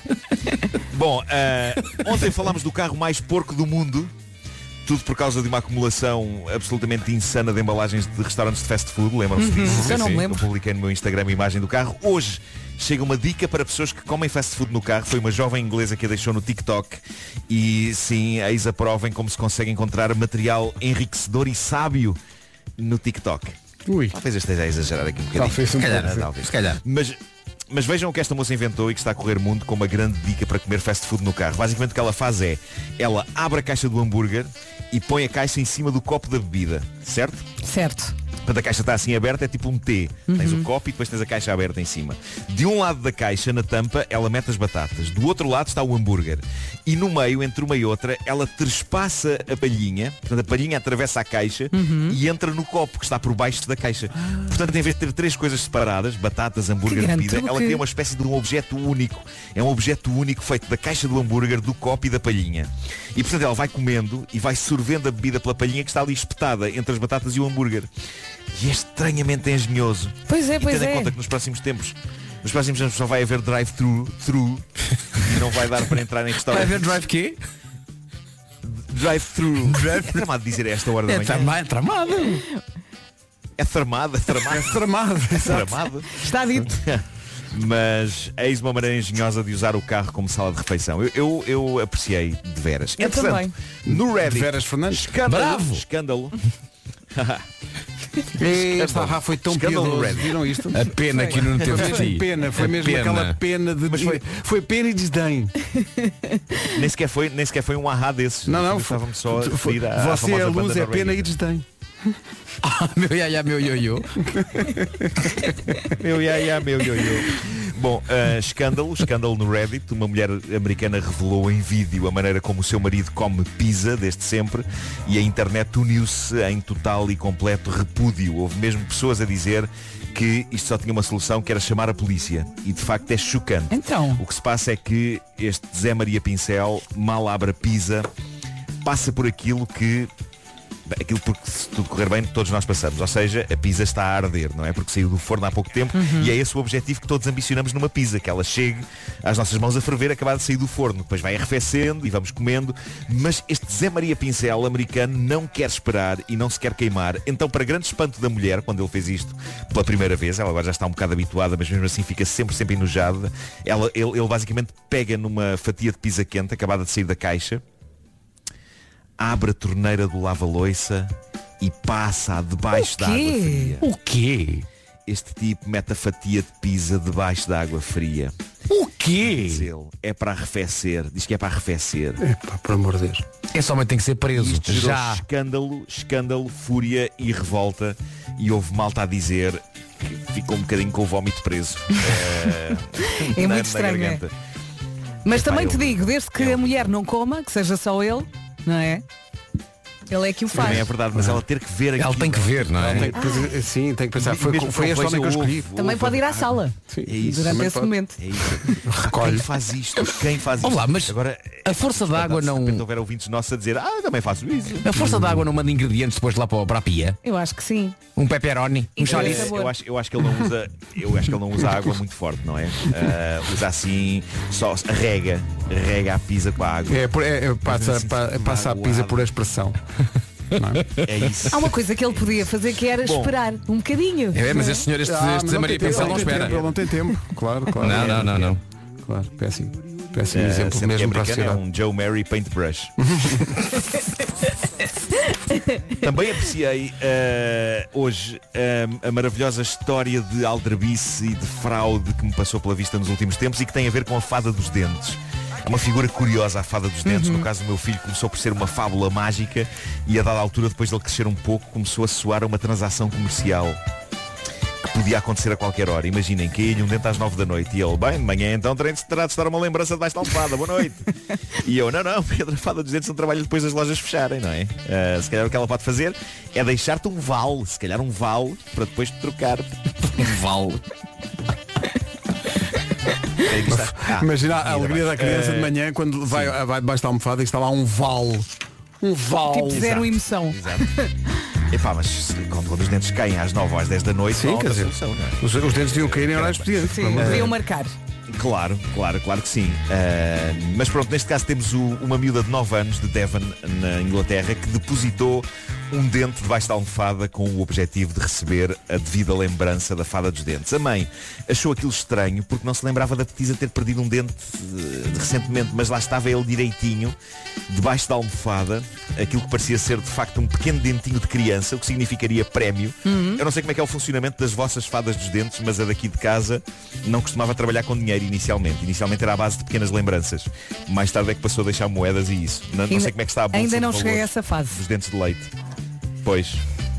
Bom, ontem falámos do carro mais porco do mundo. Tudo por causa de uma acumulação absolutamente insana de embalagens de restaurantes de fast food. Lembram-se disso? Eu não me lembro. Eu publiquei no meu Instagram a imagem do carro. Hoje chega uma dica para pessoas que comem fast food no carro. Foi uma jovem inglesa que a deixou no TikTok. E sim, eis a prova em como se consegue encontrar material enriquecedor e sábio no TikTok. Ui. Talvez eu esteja a exagerar aqui um bocadinho. Se calhar. Mas vejam o que esta moça inventou e que está a correr mundo com uma grande dica para comer fast food no carro. Basicamente o que ela faz é, ela abre a caixa do hambúrguer e põe a caixa em cima do copo da bebida, certo? Certo. Quando a caixa está assim aberta é tipo um T. Tens o copo e depois tens a caixa aberta em cima. De um lado da caixa, na tampa, ela mete as batatas. Do outro lado está o hambúrguer. E no meio, entre uma e outra, ela trespassa a palhinha. Portanto, a palhinha atravessa a caixa e entra no copo que está por baixo da caixa. Portanto, em vez de ter 3 coisas separadas, batatas, hambúrguer, bebida, ela cria uma espécie de um objeto único. É um objeto único feito da caixa do hambúrguer, do copo e da palhinha. E portanto ela vai comendo e vai sorvendo a bebida pela palhinha que está ali espetada entre as batatas e o hambúrguer. E é estranhamente engenhoso. Pois é, e pois tendo é. em conta que nos próximos tempos só vai haver drive-thru e não vai dar para entrar em Vai restaurantes. haver drive quê? Drive-thru. É tramado dizer a esta hora da manhã. É tramado. É tramado. Tramado. Está dito. Mas eis uma maneira engenhosa de usar o carro como sala de refeição. Eu apreciei de veras. Eu Entretanto, também. no Reddit, De Veras Fernandes. escândalo. Esta Rafa foi tão Escândalo no piedoso. Reddit. Viram isto? A pena que não teve de ti. Pena, foi A mesmo aquela pena de. Mas foi pena e desdém. Nem sequer foi um ahá desses. Não, estávamos só a referir à você famosa a luz banda é pena norueguesa. e desdém. Meu iaiá, meu ioiô. Meu ioiô. Bom, escândalo no Reddit. Uma mulher americana revelou em vídeo a maneira como o seu marido come pizza desde sempre e a internet uniu-se em total e completo repúdio. Houve mesmo pessoas a dizer que isto só tinha uma solução, que era chamar a polícia. E de facto é chocante. Então. O que se passa é que este Zé Maria Pincel, mal abre a pizza, passa por aquilo que Aquilo porque, se tudo correr bem, todos nós passamos. Ou seja, a pizza está a arder, não é? Porque saiu do forno há pouco tempo e é esse o objetivo que todos ambicionamos numa pizza, que ela chegue às nossas mãos a ferver, acabada de sair do forno. Depois vai arrefecendo e vamos comendo. Mas este Zé Maria Pincel americano não quer esperar e não se quer queimar. Então, para grande espanto da mulher, quando ele fez isto pela primeira vez, ela agora já está um bocado habituada, mas mesmo assim fica sempre enojada. Ele basicamente pega numa fatia de pizza quente, acabada de sair da caixa, abre a torneira do lava-loiça e passa-a debaixo da água fria. O quê? Este tipo mete a fatia de pizza debaixo da água fria. O quê? Diz ele, é para arrefecer. Diz que é para arrefecer. Epá, por amor de Deus. Esse homem tem que ser preso. Isto gerou Já. escândalo, fúria e revolta. E houve malta a dizer que ficou um bocadinho com o vómito preso. É muito estranho, garganta. Mas Epá, também te ele- digo, desde que a mulher não coma, que seja só ele, não é? Ele é que o faz. Também é verdade, mas ela ter que ver aquilo. Ela tem que ver, não é? Sim, tem que pensar. E mesmo Foi que este não homem que eu veja, escolhi. Também pode ir à sala Sim. É isso. durante também esse pode. momento. É isso. Quem faz isto? Quem faz isto? Olá, mas agora a força d'água não- Se de repente houver ouvintes nossos a dizer, também faço isso. A força d'água não manda ingredientes depois lá para a pia? Eu acho que sim. Um pepperoni? Um Isso é chouriço? sabor. Eu acho que ele não usa. Eu acho que ele não usa água muito forte, não é? Usa assim, só rega a pizza com a água. Passa a pizza por expressão. Não é? É isso. Há uma coisa que ele podia fazer que era Bom. esperar um bocadinho. É, mas este senhor, este mas Zé Maria Pincel não espera. Ele não tem tempo. Claro. Não. Claro, péssimo Sempre exemplo que é mesmo para a americano, é sociedade. um Joe Mary Paintbrush. Também apreciei hoje a maravilhosa história de aldrabice e de fraude que me passou pela vista nos últimos tempos e que tem a ver com a fada dos dentes. É uma figura curiosa a fada dos dentes. No caso do meu filho, começou por ser uma fábula mágica e a dada altura, depois de ele crescer um pouco, começou a soar a uma transação comercial que podia acontecer a qualquer hora. Imaginem, caía-lhe um dente às 9 da noite e ele, bem, de manhã então terá de estar uma lembrança debaixo da almofada, boa noite. E eu, não, Pedro, a fada dos dentes não trabalha depois das lojas fecharem, não é? Se calhar o que ela pode fazer é deixar-te um vale, se calhar um vale, para depois te trocar. Um vale. Imagina a alegria da criança de manhã quando vai debaixo da almofada e está lá um vale. Um vale. Tipo, zero emoção. Exato. Epá, mas quando os dentes caem às 9 ou às 10 da noite, Sim, não há quer outra dizer, solução, não é? os dentes deviam cair em horários expedientes. Sim, deviam marcar. Claro que sim. Mas pronto, neste caso temos uma miúda de 9 anos de Devon, na Inglaterra, que depositou um dente debaixo da almofada com o objetivo de receber a devida lembrança da fada dos dentes. A mãe achou aquilo estranho porque não se lembrava da petisa ter perdido um dente recentemente, mas lá estava ele direitinho, debaixo da almofada, aquilo que parecia ser de facto um pequeno dentinho de criança, o que significaria prémio. Eu não sei como é que é o funcionamento das vossas fadas dos dentes, mas a daqui de casa não costumava trabalhar com dinheiro inicialmente. Inicialmente era à base de pequenas lembranças. Mais tarde é que passou a deixar moedas e isso. Não sei como é que está a bolsa Ainda não de cheguei a valores essa fase. dos dentes de leite. Pois.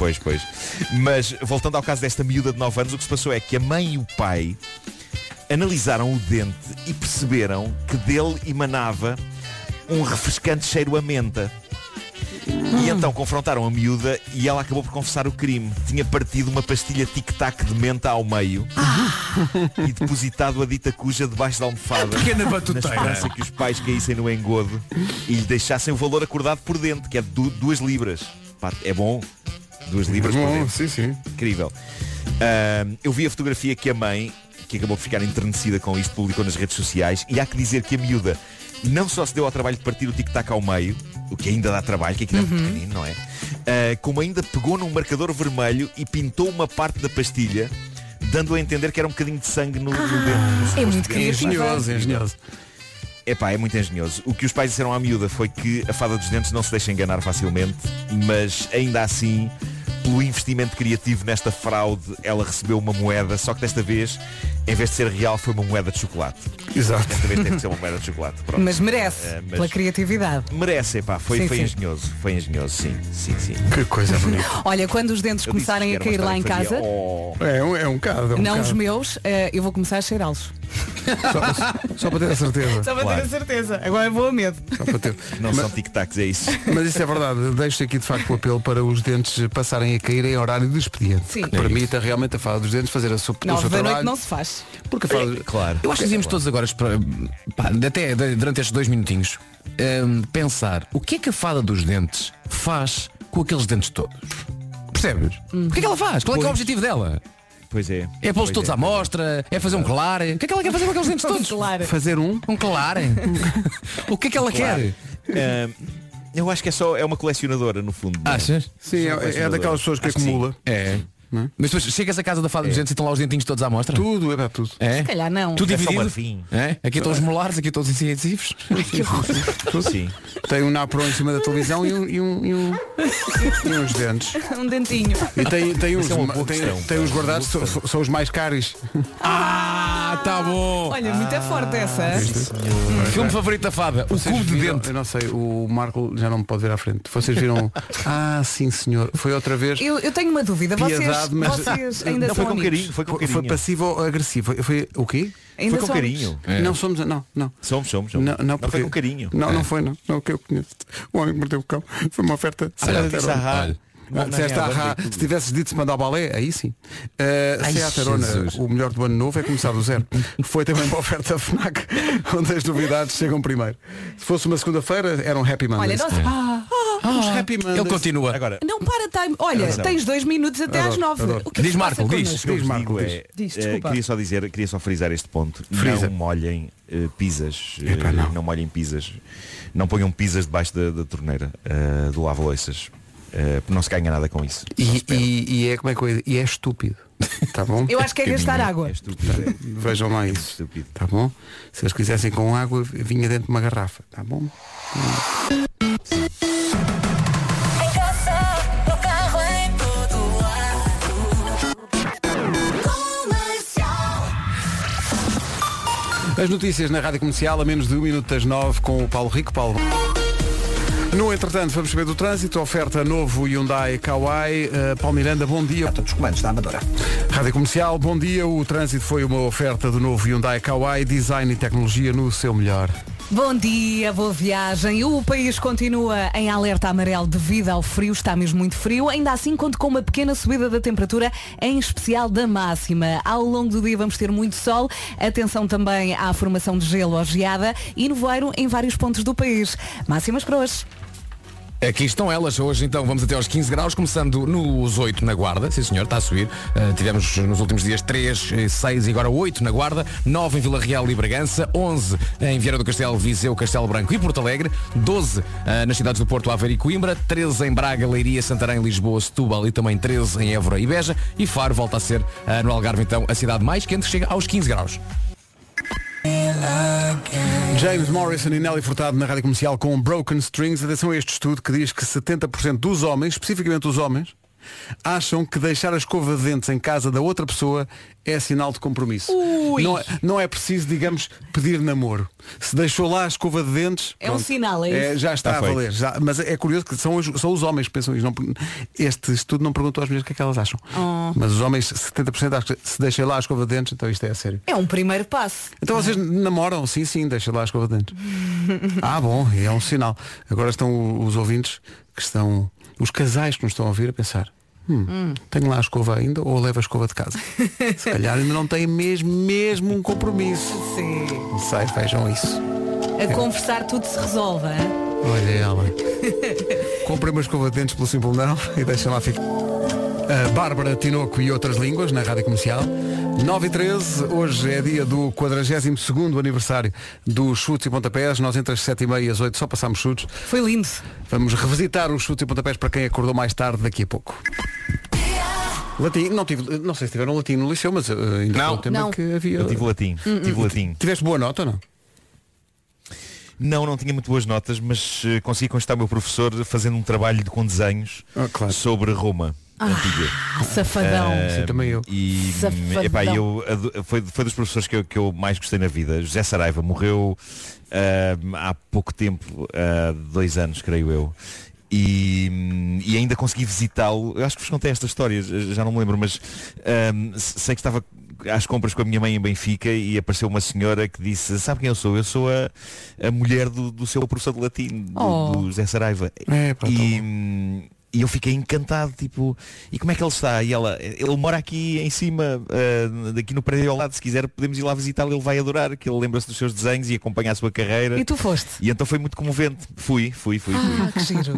Mas, voltando ao caso desta miúda de 9 anos, o que se passou é que a mãe e o pai analisaram o dente e perceberam que dele emanava um refrescante cheiro a menta. E então confrontaram a miúda e ela acabou por confessar o crime. Tinha partido uma pastilha tic-tac de menta ao meio e depositado a dita cuja debaixo da almofada, Pequena na batuteira. esperança que os pais caíssem no engodo e lhe deixassem o valor acordado por dente, que é de 2 libras. Pá, é bom. 2 libras por dente. Sim. Incrível. Eu vi a fotografia que a mãe, que acabou por ficar enternecida com isto, publicou nas redes sociais, e há que dizer que a miúda não só se deu ao trabalho de partir o tic-tac ao meio, o que ainda dá trabalho, que aquilo é muito pequenino, não é? Como ainda pegou num marcador vermelho e pintou uma parte da pastilha, dando a entender que era um bocadinho de sangue no dente. É muito Engenhoso. Epá, é muito engenhoso. O que os pais disseram à miúda foi que a fada dos dentes não se deixa enganar facilmente, mas ainda assim, pelo investimento criativo nesta fraude, ela recebeu uma moeda, só que desta vez, em vez de ser real, foi uma moeda de chocolate. Exato. Desta vez teve que ser uma moeda de chocolate. Pronto. Mas merece, mas- pela criatividade. Merece, epá, foi Sim. engenhoso. Foi engenhoso, sim. Que coisa bonita. Olha, quando os dentes Eu disse começarem a que era uma cair lá em história que casa, fazia, É um bocado. não os meus, eu vou começar a cheirá-los. Só para ter a certeza. Só para Claro. ter a certeza. Agora vou a medo. Só para ter. Não são tic-tacs, é isso. Mas isso é verdade. Deixo aqui de facto o apelo para os dentes passarem a cair em horário de expediente. Sim. Que permita realmente a fada dos dentes fazer o seu 9 da noite trabalho. não se faz. Porque a fada... Claro. Eu acho que devíamos todos agora, até durante estes 2 minutinhos, pensar o que é que a fada dos dentes faz com aqueles dentes todos? Percebes? O que é que ela faz? Qual é que é o objetivo dela? Pois é. É pô-los todos à mostra? É fazer um clare? O que é que ela quer fazer com aqueles dentes todos? Fazer um clare? O que é que ela quer? Eu acho que é uma colecionadora, no fundo. Achas? Sim, é daquelas pessoas que acumula. É. Mas depois chegas a casa da fada dos dentes e estão lá os dentinhos todos à mostra? Tudo, é tudo. É? Se calhar não. Tudo É só dividido? marfim. É? Aqui estão os molares, aqui estão os incisivos. Sim. Tem um napro em cima da televisão e uns dentes. Um dentinho. E tem uns, é uma boa questão. tem uns guardados, são os mais caros. Tá bom. Olha, muito é forte essa. Filme favorito da fada, O Vocês Cubo de viram? Dente. Eu não sei, o Marco já não me pode ver à frente. Vocês viram? Sim senhor. Foi outra vez. Eu tenho uma dúvida. Piedade, mas- Vocês ainda Não, são foi com amigos? carinho. Foi com Foi carinho. passivo ou agressivo? Foi o quê? Ainda Foi com são carinho. amigos? Não somos, não. Somos. Não, porque... foi com carinho. Não foi, não. Não, o que eu conheço. O Homem que Mordeu o Cão. Foi uma oferta. Olha, Disseste, se tivesses dito se mandar ao balé, aí sim. Seat Arona, Jesus. o melhor do ano novo é começar do zero. Foi também uma oferta FNAC, onde as novidades chegam primeiro. Se fosse uma segunda-feira, eram Happy Olha, Mondays. nós... Os Happy Mondays. Ele continua. Agora, Não para, time. Olha, Razão. tens 2 minutos até às 9. adoro. O que é que Diz, se Marco, passa diz. connosco? o que eu vos Marco, digo diz. é, queria só frisar este ponto. Frisa. Não molhem pizzas. Epá, não. Não molhem pizzas. Não ponham pizzas debaixo da torneira do lava-loiças. Porque não se ganha nada com isso. E é como é que eu ia dizer? E é estúpido. Tá bom? Eu acho que é gastar água. É estúpido. Vejam lá É isso. estúpido. Tá bom? Se eles quisessem com água, vinha dentro de uma garrafa. Tá bom? Em casa, no carro, em todo lado. Comercial. As notícias na Rádio Comercial a menos de 1 minuto das 9 com o Paulo Rico. Paulo. No entretanto, vamos saber do trânsito. Oferta novo Hyundai Kauai. Paulo Miranda, bom dia. A todos os comandos da Amadora. Rádio Comercial, bom dia. O trânsito foi uma oferta do novo Hyundai Kauai. Design e tecnologia no seu melhor. Bom dia, boa viagem. O país continua em alerta amarelo devido ao frio, está mesmo muito frio. Ainda assim, conto com uma pequena subida da temperatura, em especial da máxima. Ao longo do dia vamos ter muito sol. Atenção também à formação de gelo ou geada e nevoeiro em vários pontos do país. Máximas para hoje. Aqui estão elas. Hoje então vamos até aos 15 graus, começando nos 8 na Guarda. Sim senhor, está a subir. Tivemos nos últimos dias 3, 6 e agora 8 na Guarda, 9 em Vila Real e Bragança, 11 em Vieira do Castelo, Viseu, Castelo Branco e Porto Alegre, 12 nas cidades do Porto, Aveiro e Coimbra, 13 em Braga, Leiria, Santarém, Lisboa, Setúbal e também 13 em Évora e Beja, e Faro volta a ser no Algarve então a cidade mais quente, que chega aos 15 graus. James Morrison e Nelly Furtado na Rádio Comercial com Broken Strings. Atenção a este estudo que diz que 70% dos homens, especificamente os homens, acham que deixar a escova de dentes em casa da outra pessoa é sinal de compromisso. Não é preciso, digamos, pedir namoro. Se deixou lá a escova de dentes, É um sinal, é isso? já está Está a valer. Mas é curioso que são os homens que pensam isso. Este estudo não perguntou às mulheres o que é que elas acham. Mas os homens, 70% acham que se deixei lá a escova de dentes, então isto é a sério. É um primeiro passo. Então vocês namoram? Sim, deixa lá a escova de dentes. Bom, é um sinal. Agora estão os ouvintes que estão, os casais que nos estão a ouvir a pensar, tenho lá a escova ainda ou levo a escova de casa? Se calhar ainda não tem mesmo um compromisso. Sim. Não sei, vejam isso. A conversar tudo se resolve, hein? Olha ela. Comprei uma escova de dentes pelo simples não e deixa lá ficar. A Bárbara Tinoco e outras línguas na Rádio Comercial. 9h13, hoje é dia do 42º aniversário dos chutes e pontapés. Nós entre as 7h30 e as 8 só passámos chutes. Foi lindo. Vamos revisitar os chutes e pontapés para quem acordou mais tarde daqui a pouco. Latim, não sei se tiveram latim no liceu, mas ainda Não. foi o tema Não. que havia. Eu tive latim. Tive latim. Tiveste boa nota ou não? Não tinha muito boas notas, mas consegui constar o meu professor fazendo um trabalho com desenhos Claro. sobre Roma antiga. Safadão. Sim, também eu. E Safadão. epá, foi dos professores que eu mais gostei na vida. José Saraiva morreu há pouco tempo, 2 anos, creio eu. E ainda consegui visitá-lo. Eu acho que vos contei esta história, já não me lembro, mas sei que estava às compras com a minha mãe em Benfica e apareceu uma senhora que disse, sabe quem eu sou? Eu sou a mulher do seu professor de latim, do José Saraiva. eu fiquei encantado, tipo, e como é que ele está? E ele mora aqui em cima, daqui no prédio ao lado, se quiser podemos ir lá visitá-lo, ele vai adorar, que ele lembra-se dos seus desenhos e acompanha a sua carreira. E tu foste? E então foi muito comovente. Fui. Que giro.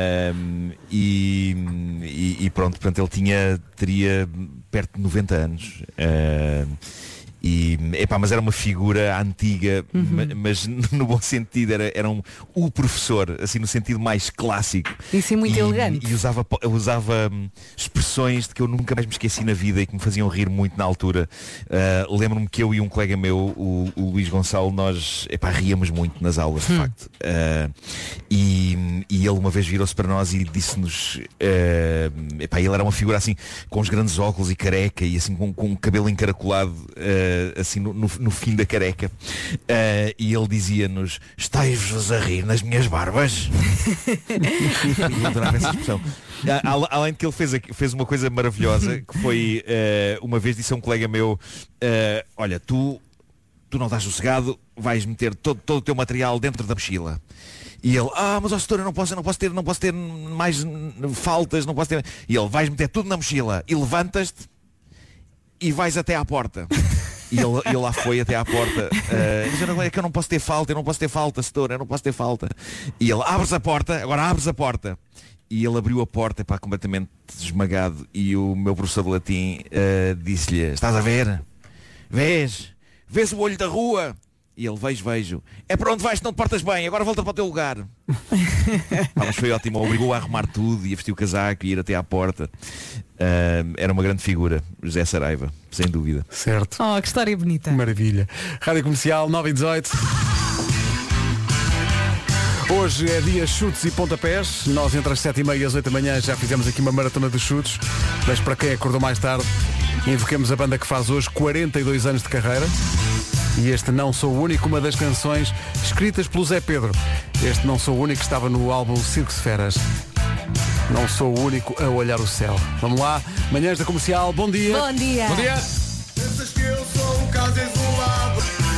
E pronto, portanto ele teria perto de 90 anos. Mas era uma figura antiga, mas no bom sentido, era o professor, assim no sentido mais clássico. Isso é muito elegante. E usava expressões de que eu nunca mais me esqueci na vida e que me faziam rir muito na altura. Lembro-me que eu e um colega meu, o Luís Gonçalo, nós ríamos muito nas aulas, de facto. E ele uma vez virou-se para nós e disse-nos, ele era uma figura assim, com os grandes óculos e careca e assim com o cabelo encaracolado, assim no fim da careca, e ele dizia-nos: estáis-vos a rir nas minhas barbas? Eu adorava essa expressão. Além de que ele fez uma coisa maravilhosa, que foi, uma vez disse a um colega meu, olha, tu não estás sossegado, vais meter todo o teu material dentro da mochila. E ele, mas ó setor, eu não posso ter mais faltas, não posso ter. E ele, vais meter tudo na mochila e levantas-te e vais até à porta. E ele lá foi até à porta. É que eu não posso ter falta, setor, eu não posso ter falta. E ele, abres a porta. E ele abriu a porta, completamente esmagado. E o meu professor de latim disse-lhe: estás a ver? Vês o olho da rua? E ele, vejo. É para onde vais, não te portas bem, agora volta para o teu lugar. Mas foi ótimo, obrigou a arrumar tudo e a vestir o casaco e ir até à porta. Era uma grande figura, José Saraiva, sem dúvida. Certo. Oh, que história bonita. Maravilha. Rádio Comercial 9h18. Hoje é dia chutes e pontapés. Nós entre as 7h30 e as 8 da manhã já fizemos aqui uma maratona de chutes. Mas para quem acordou mais tarde, invoquemos a banda que faz hoje 42 anos de carreira. E este Não Sou o Único, uma das canções escritas pelo Zé Pedro. Este Não Sou o Único estava no álbum Circo Esferas. Não sou o único a olhar o céu. Vamos lá, manhãs da Comercial, bom dia. Bom dia. Bom dia. Pensas que eu sou um caso isolado?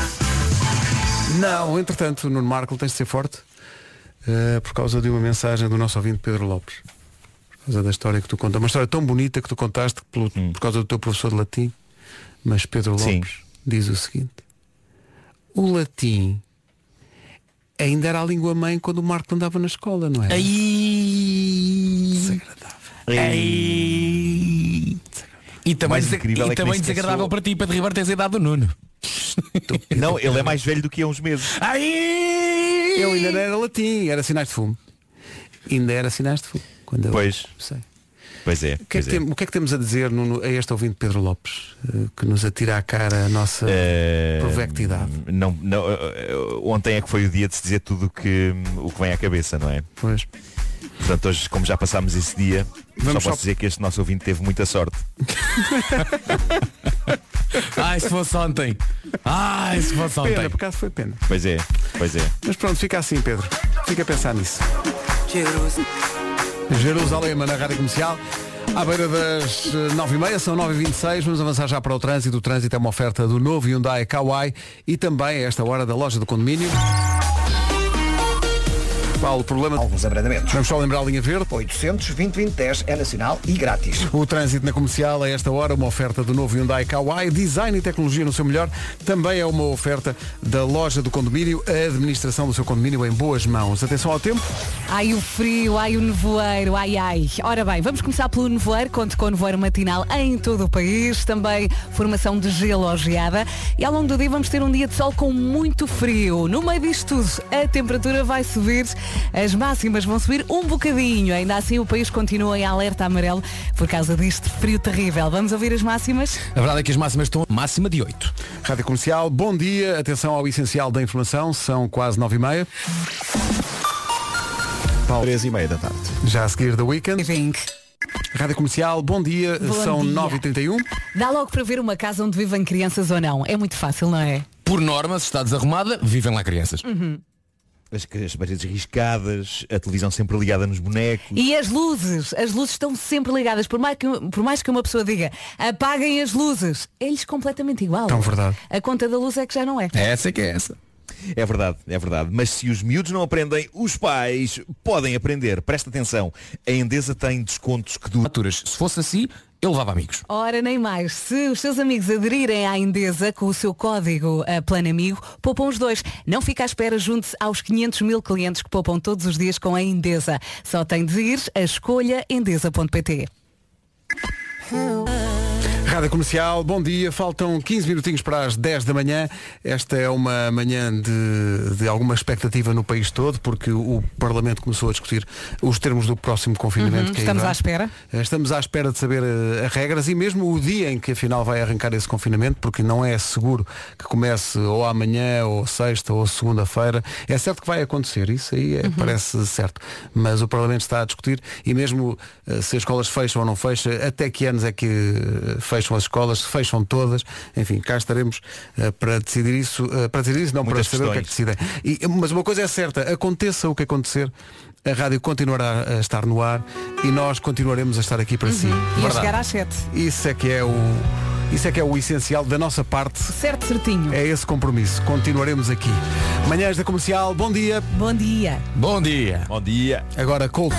Não, entretanto, Nuno Marco, tens de ser forte, por causa de uma mensagem do nosso ouvinte Pedro Lopes. Por causa da história que tu contas. Uma história tão bonita que tu contaste por causa do teu professor de latim. Mas Pedro Lopes diz o seguinte: o latim ainda era a língua-mãe quando o Marco andava na escola, não é? Desagradável. E também desagradável para ti, Pedro Ribeiro, tens a idade do Nuno. Não, ele é mais velho do que há uns meses. Eu ainda não era latim, era sinais de fumo. Quando pois. Sei. Pois é. O que é que temos a dizer a este ouvinte Pedro Lopes, que nos atira à cara a nossa provectidade? Não, ontem é que foi o dia de se dizer tudo o que vem à cabeça, não é? Pois. Portanto, hoje, como já passámos esse dia, só posso dizer que este nosso ouvinte teve muita sorte. Se fosse ontem. Se fosse ontem. Pena, por acaso foi pena. Pois é. Mas pronto, fica assim, Pedro. Fica a pensar nisso. Jerusalém na Rádio Comercial. À beira das 9h30, são 9h26. Vamos avançar já para o trânsito. O trânsito é uma oferta do novo Hyundai Kauai e também a esta hora da loja do condomínio. Paulo, problema... Alguns abrandamentos. Vamos só lembrar a linha verde. 800-2020-10 é nacional e grátis. O trânsito na comercial a esta hora, uma oferta do novo Hyundai Kauai. Design e tecnologia no seu melhor. Também é uma oferta da loja do condomínio. A administração do seu condomínio em boas mãos. Atenção ao tempo. Ai, o frio, ai, o nevoeiro, ai. Ora bem, vamos começar pelo nevoeiro. Conto com nevoeiro matinal em todo o país. Também formação de gelo ou geada. E ao longo do dia vamos ter um dia de sol com muito frio. No meio disto tudo, a temperatura vai subir. As máximas vão subir um bocadinho. Ainda assim o país continua em alerta amarelo por causa deste frio terrível. Vamos ouvir as máximas? A verdade é que as máximas estão máxima de 8. Rádio Comercial, bom dia. Atenção ao essencial da informação. São quase 9h30. Paulo, 3h30 da tarde. Já a seguir The Weekend. Rádio Comercial, bom dia. São 9h31. Dá logo para ver uma casa onde vivem crianças ou não. É muito fácil, não é? Por norma, se está desarrumada, vivem lá crianças. As paredes riscadas, a televisão sempre ligada nos bonecos. E as luzes estão sempre ligadas. Por mais que uma pessoa diga apaguem as luzes, é-lhes completamente igual. Então, verdade. A conta da luz é que já não é. Essa é que é essa. É verdade. Mas se os miúdos não aprendem, os pais podem aprender. Presta atenção. A Endesa tem descontos que duram. Se fosse assim, eu levava amigos. Ora, nem mais. Se os seus amigos aderirem à Endesa com o seu código Plano Amigo, poupam os 2. Não fica à espera, junte-se aos 500 mil clientes que poupam todos os dias com a Endesa. Só tem de ir a escolhaendesa.pt. Rádio Comercial, bom dia. Faltam 15 minutinhos para as 10 da manhã. Esta é uma manhã de alguma expectativa no país todo, porque o Parlamento começou a discutir os termos do próximo confinamento. Que estamos à espera. Estamos à espera de saber as regras e mesmo o dia em que afinal vai arrancar esse confinamento, porque não é seguro que comece ou amanhã, ou sexta, ou segunda-feira. É certo que vai acontecer, isso aí parece certo. Mas o Parlamento está a discutir e mesmo se as escolas fecham ou não fecham, até que anos é que fecham as escolas, se fecham todas, enfim, cá estaremos para decidir isso, não, muitas para saber questões. O que é que decidem. Mas uma coisa é certa, aconteça o que acontecer, a rádio continuará a estar no ar e nós continuaremos a estar aqui para si. E a chegar às 7. Isso é que é o essencial da nossa parte. Certinho. É esse compromisso. Continuaremos aqui. Manhãs da Comercial, bom dia. Bom dia. Bom dia. Bom dia. Agora, Cold.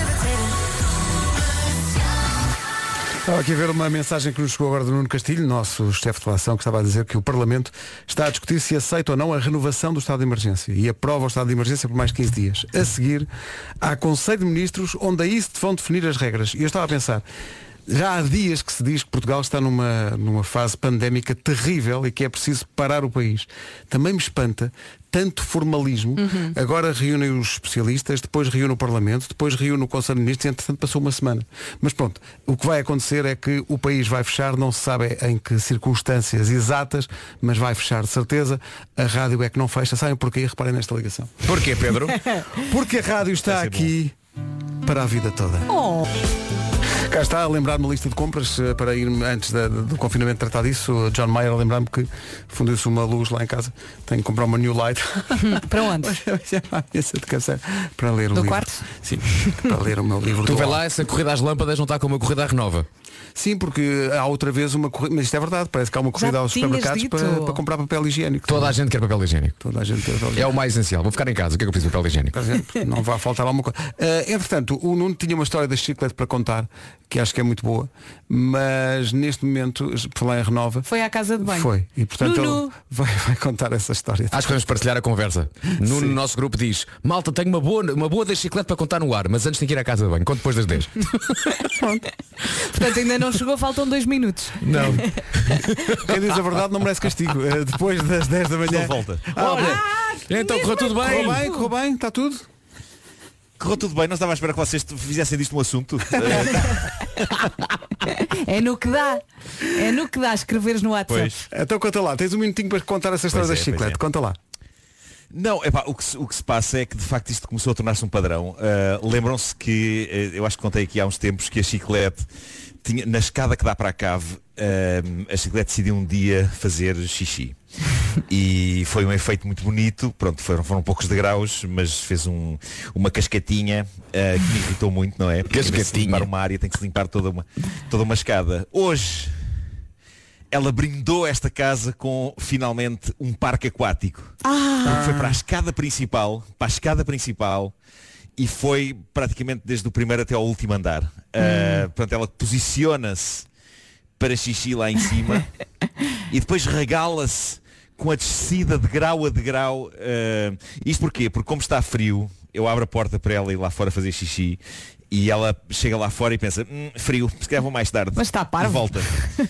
Estava aqui a ver uma mensagem que nos chegou agora do Nuno Castilho, nosso chefe de relação, que estava a dizer que o Parlamento está a discutir se aceita ou não a renovação do estado de emergência e aprova o estado de emergência por mais 15 dias. A seguir, há Conselho de Ministros onde aí se vão definir as regras. E eu estava a pensar, já há dias que se diz que Portugal está numa fase pandémica terrível e que é preciso parar o país. Também me espanta tanto formalismo. Agora reúnem os especialistas, depois reúne o Parlamento, depois reúne o Conselho de Ministros e entretanto passou uma semana. Mas pronto, o que vai acontecer é que o país vai fechar, não se sabe em que circunstâncias exatas, mas vai fechar de certeza. A rádio é que não fecha. Sabem porquê? Reparem nesta ligação. Porquê, Pedro? Porque a rádio está aqui para a vida toda. Cá está a lembrar-me a lista de compras para ir antes do confinamento tratar disso. O John Mayer a lembrar-me que fundiu-se uma luz lá em casa. Tenho que comprar uma new light. Para onde? Para ler o livro. Do quarto? Sim, para ler o meu livro. Tu vê lá, essa corrida às lâmpadas não está como a corrida à Renova. Sim, porque há outra vez uma corrida, mas isto é verdade, parece que há uma corrida aos supermercados para comprar papel higiênico. Toda a gente quer papel higiênico. Toda a gente quer papel higiênico. É o mais essencial. Vou ficar em casa, o que é que eu preciso de papel higiênico? Não vai faltar alguma coisa. Entretanto, o Nuno tinha uma história da chiclete para contar, que acho que é muito boa, mas neste momento, por falar em Renova, foi à casa de banho. Foi. E portanto ele vai contar essa história. Acho que vamos partilhar a conversa. No nosso grupo diz, malta, tenho uma boa da chiclete para contar no ar, mas antes tem que ir à casa de banho, conto depois das 10. Portanto, ainda não chegou, faltam 2 minutos. Não. Quem diz a verdade não merece castigo. Depois das 10 da manhã. Volta. Então correu tudo bem. Correu bem, está tudo. Correu tudo bem, não estava à espera que vocês fizessem disto um assunto. É no que dá. É no que dá escreveres no WhatsApp. Pois. Então conta lá, tens um minutinho para contar essa história da chiclete. Conta lá. Não, o que se passa é que de facto isto começou a tornar-se um padrão. Lembram-se que, eu acho que contei aqui há uns tempos que a chiclete tinha, na escada que dá para a cave, a chiclete decidiu um dia fazer xixi. E foi um efeito muito bonito. Pronto, foram poucos degraus, mas fez uma cascatinha que me irritou muito, não é? Porque se limpar uma área tem que se limpar toda uma escada. Hoje ela brindou esta casa com finalmente um parque aquático. Foi para a escada principal e foi praticamente desde o primeiro até ao último andar. Portanto, ela posiciona-se para xixi lá em cima e depois regala-se com a descida de grau a degrau. Isto porquê? Porque como está frio, eu abro a porta para ela ir lá fora fazer xixi e ela chega lá fora e pensa, frio, se calhar vou mais tarde. Mas está parvo. E volta.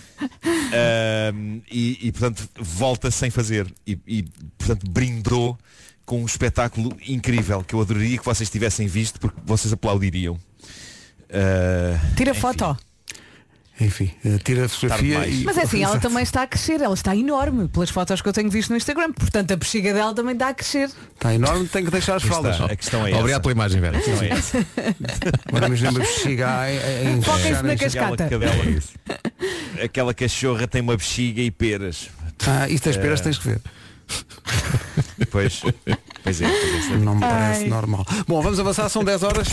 E portanto volta sem fazer. E portanto brindou com um espetáculo incrível que eu adoraria que vocês tivessem visto porque vocês aplaudiriam. Tira foto. Enfim, tira a fotografia e... Mas é assim, ela também está a crescer. Ela está enorme pelas fotos que eu tenho visto no Instagram. Portanto, a bexiga dela também está a crescer. Está enorme, tem que deixar as fraldas. A questão é Obrigado pela imagem, Vera. Agora imagina uma bexiga a foquem-se na cascata. Aquela cachorra tem uma bexiga e peras. Isto das peras tens que ver. Pois é. Não me parece normal. Bom, vamos avançar, são 10 horas.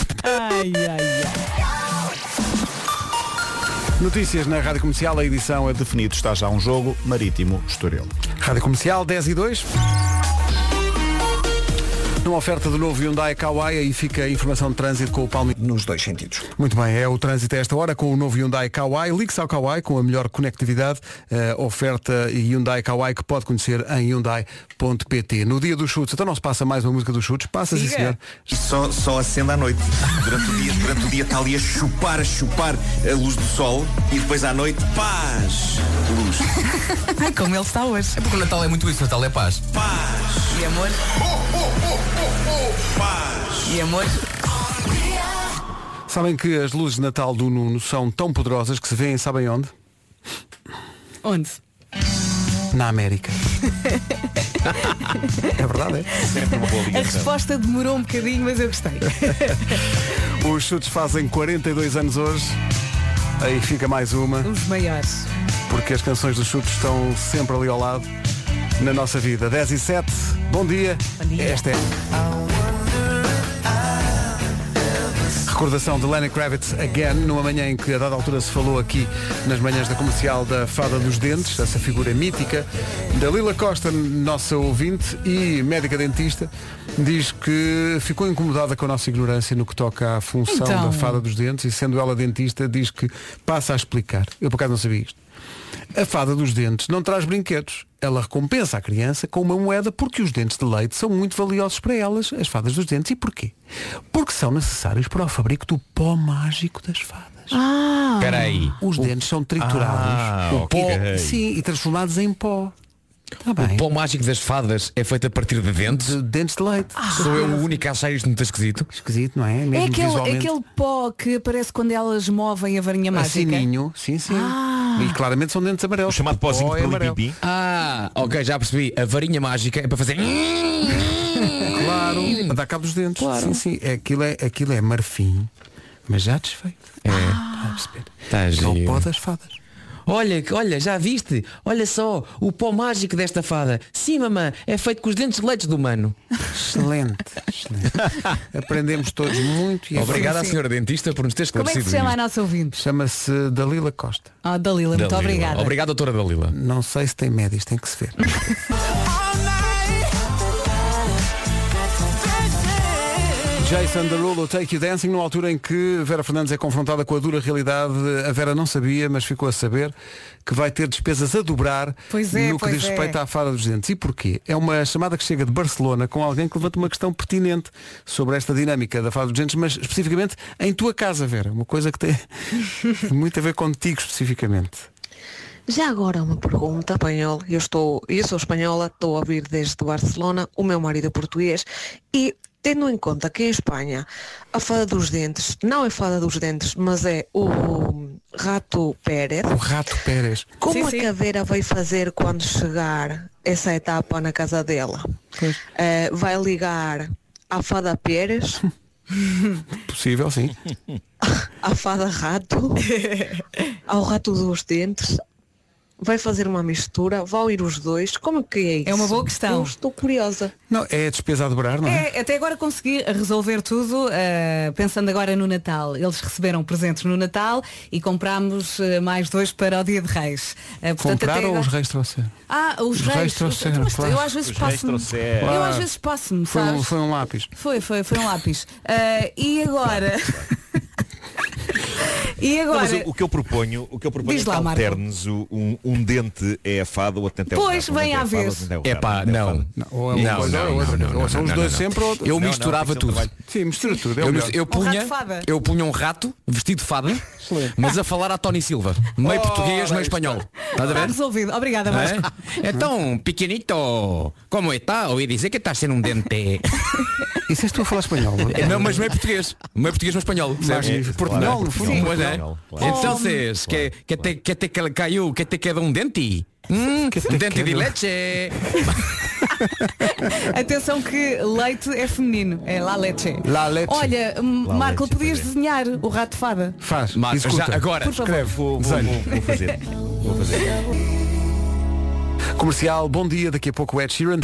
Notícias na Rádio Comercial, a edição é Definido está já um jogo Marítimo Estoril. Rádio Comercial 10 e 2. Numa oferta do novo Hyundai Kauai, aí fica a informação de trânsito com o Paulo. Nos dois sentidos. Muito bem, é o trânsito a esta hora com o novo Hyundai Kauai. Ligue-se ao Kauai com a melhor conectividade. Oferta Hyundai Kauai que pode conhecer em hyundai.pt. No dia dos chutes, então não se passa mais uma música dos chutes? Passa, sim, senhor. Só acende à noite. Durante o dia está ali a chupar a luz do sol e depois à noite, paz, luz. Ai, como ele está hoje. É porque o Natal é muito isso, o Natal é paz. Paz. E amor? Paz. E amor? Sabem que as luzes de Natal do Nuno são tão poderosas que se vêem, sabem onde? Onde? Na América. É verdade, é? Sempre uma boa A ligação. resposta demorou um bocadinho, mas eu gostei. Os chutes fazem 42 anos hoje. Aí fica mais uma, Os maiores. porque as canções dos chutes estão sempre ali ao lado na nossa vida. 10 e 7, bom dia. Bom dia. Esta é recordação de Lenny Kravitz Again, numa manhã em que a dada altura se falou aqui nas manhãs da comercial da Fada dos Dentes, essa figura mítica. Dalila Costa, nossa ouvinte e médica dentista, diz que ficou incomodada com a nossa ignorância no que toca à função Então. da Fada dos Dentes e, sendo ela dentista, diz que passa a explicar. Eu por acaso não sabia isto. A Fada dos Dentes não traz brinquedos. Ela recompensa a criança com uma moeda porque os dentes de leite são muito valiosos para elas, as fadas dos dentes. E porquê? Porque são necessários para o fabrico do pó mágico das fadas. Espera aí. Os dentes são triturados. O ok. pó, sim, e transformados em pó. Está O bem. pó mágico das fadas é feito a partir de dentes. De dentes de leite. Sou eu o único a achar isto muito esquisito. Esquisito, não é? Mesmo É visualmente. aquele pó que aparece quando elas movem a varinha mágica. Sininho, sim, sim. E claramente são dentes amarelos. O chamado pozinho Pó de é amarelo. pipi. Ok, já percebi. A varinha mágica é para fazer. Claro, para dar cabo dos dentes. Claro. Sim, sim. Aquilo é marfim, mas já desfeito. Está a perceber? Tá É o giro. pó das fadas. Olha, já viste? Olha só, o pó mágico desta fada. Sim, mamã, é feito com os dentes de leite do humano. Excelente, excelente. Aprendemos todos muito e Obrigado à sim. senhora dentista por nos ter Como é que esclarecido se chama a isto. nossa ouvinte? chama-se Dalila Costa. Dalila, muito Dalila. obrigada. Obrigado, doutora Dalila. Não sei se tem médias, tem que se ver. Jason Derulo, Take You Dancing, numa altura em que Vera Fernandes é confrontada com a dura realidade. A Vera não sabia, mas ficou a saber que vai ter despesas a dobrar Pois é, no que pois diz é. respeito à Fada dos Dentes. E porquê? É uma chamada que chega de Barcelona com alguém que levanta uma questão pertinente sobre esta dinâmica da Fada dos Dentes, mas especificamente em tua casa, Vera. Uma coisa que tem muito a ver contigo especificamente. Já agora uma pergunta, espanhol. Eu sou espanhola, estou a ouvir desde Barcelona, o meu marido é português e tendo em conta que em Espanha a Fada dos Dentes não é Fada dos Dentes, mas é o Rato Pérez. O Rato Pérez. Como Sim, a sim. cadeira vai fazer quando chegar essa etapa na casa dela? Vai ligar à Fada Pérez, Possível, sim. à Fada Rato, ao Rato dos Dentes? Vai fazer uma mistura? Vão ir os dois? Como que é isso? É uma boa questão. Eu estou curiosa. Não, é a despesa a dobrar, não é? Até agora consegui resolver tudo, pensando agora no Natal. Eles receberam presentes no Natal e comprámos mais 2 para o Dia de Reis. Compraram ou os reis trouxeram? Os reis trouxeram, Mas claro. Eu às vezes Os reis passo-me. trouxeram. Eu às vezes passo-me, sabes? Foi um lápis. Foi um lápis. E agora? E Não, mas agora? o que eu proponho Diz é que lá, Marco. alternes um dente é a fada, o outro dente é o Pois, rato. vem à vez. Epá, não. Ou é uma coisa ou é outra. Ou são os dois sempre ou Eu Não, misturava não, tem que ser um tudo. trabalho. Sim, mistura tudo. É o Eu, melhor. eu punha, rato de fada. eu punha um rato vestido de fada, mas a falar a Tony Silva. Meio português, meio espanhol. Estás a Está ver? resolvido. Obrigada, Vasco. É? Então, pequenito, como está? Ouvi dizer que estás sendo um dente. Isso és tu a falar espanhol. Não, mas meio português. Meio português, meio espanhol. Percebes? Portugal, no fundo. Pois é. Então, que te caiu, que te queda um dente? Um dente de leite. Atenção que leite é feminino. É la leche. La leche. Olha, Marco, leche, podias pois é. desenhar o rato de fada? Faz. Mas Executa. já agora. Por favor. Escreve. Vou fazer. Vou fazer. Comercial, bom dia. Daqui a pouco o Ed Sheeran.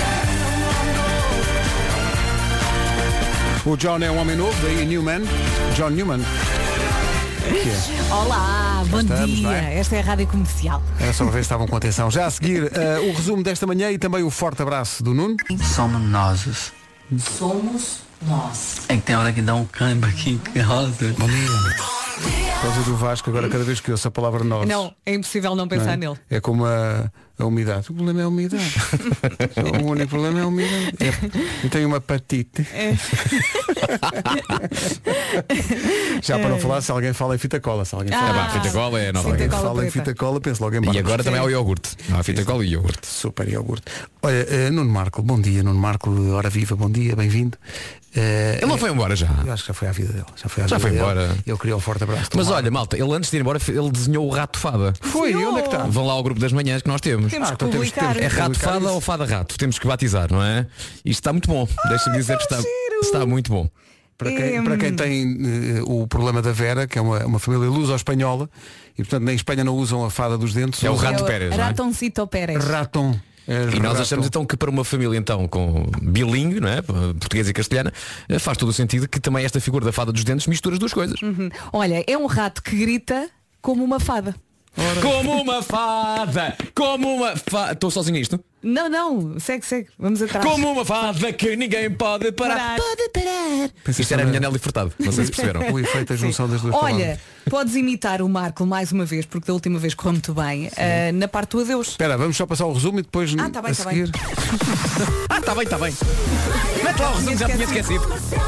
O John é um homem novo, daí Newman. John Newman. Que é? Olá, bom estamos, dia. não é? Esta é a Rádio Comercial. Era só para ver se estavam com atenção. Já a seguir, o resumo desta manhã e também o forte abraço do Nuno. Somos nós. somos nós. É que tem hora que dá um câmbio aqui, que roda. Bom dia. Por causa do Vasco, agora cada vez que ouço a palavra nós. Não, é impossível não pensar nele. É como a umidade. O problema é a umidade. O único problema é a umidade. Eu tenho uma hepatite. Já para não falar, se alguém fala em fita cola. Se alguém fala fita cola é nova. Se alguém fala em fita cola, penso logo em barcos. E agora também há o iogurte. Há fita cola e iogurte. Super iogurte. Olha, Nuno Marco, bom dia. Nuno Marco, hora viva, bom dia, bem-vindo. Ele não foi embora já. Eu acho que já foi à vida dele. Já foi embora. Eu queria um forte abraço. Mas olha, malta, ele antes de ir embora, ele desenhou o rato fada. Foi? Onde é que está? Vão lá ao grupo das manhãs que nós temos. Temos que publicar. É rato fada ou fada rato? Temos que batizar, não é? Isto está muito bom. Deixa-me dizer que está muito bom. Para quem tem o problema da Vera, que é uma família luso-espanhola, e portanto na Espanha não usam a fada dos dentes. É o Rato Pérez, não é? Ratoncito Pérez. Raton. E nós achamos então que para uma família então com bilingue, não é? Português e castelhana, faz todo o sentido que também esta figura da fada dos dentes mistura as duas coisas. Olha, é um rato que grita como uma fada. Como uma fada! Como uma fada! Estou sozinho nisto? Não, segue, vamos atrás. Como uma fada que ninguém pode parar. Pode parar. Isto era a minha Nelly Furtado, não sei se perceberam. O efeito da junção das duas Olha, palavras. podes imitar o Marco mais uma vez, porque da última vez correu muito bem, na parte do adeus. Espera, vamos só passar o resumo e depois tá bem, a seguir. Está bem. Mete lá o resumo, já tinha esquecido.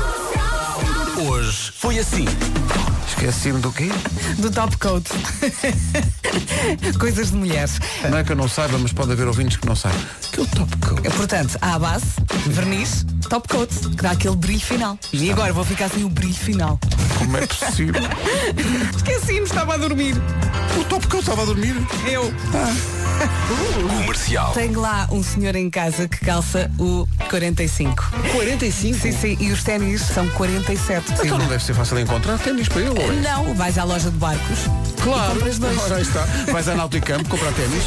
Hoje foi assim. Esqueci-me do quê? Do top coat. Coisas de mulheres. Não é que eu não saiba, mas pode haver ouvintes que não saibam. Que é o top coat? Portanto, à base, verniz, top coat, que dá aquele brilho final. E agora vou ficar sem o brilho final. Como é possível? Esqueci-me, estava a dormir. O top coat estava a dormir? Eu. Comercial. Tenho lá um senhor em casa que calça o 45. 45? Sim, e os ténis são 47. Então não deve ser fácil encontrar ténis para ele. Não, vais à loja de barcos. Claro, e compras dois. Ora, aí está. Vais a Nauticamp comprar ténis.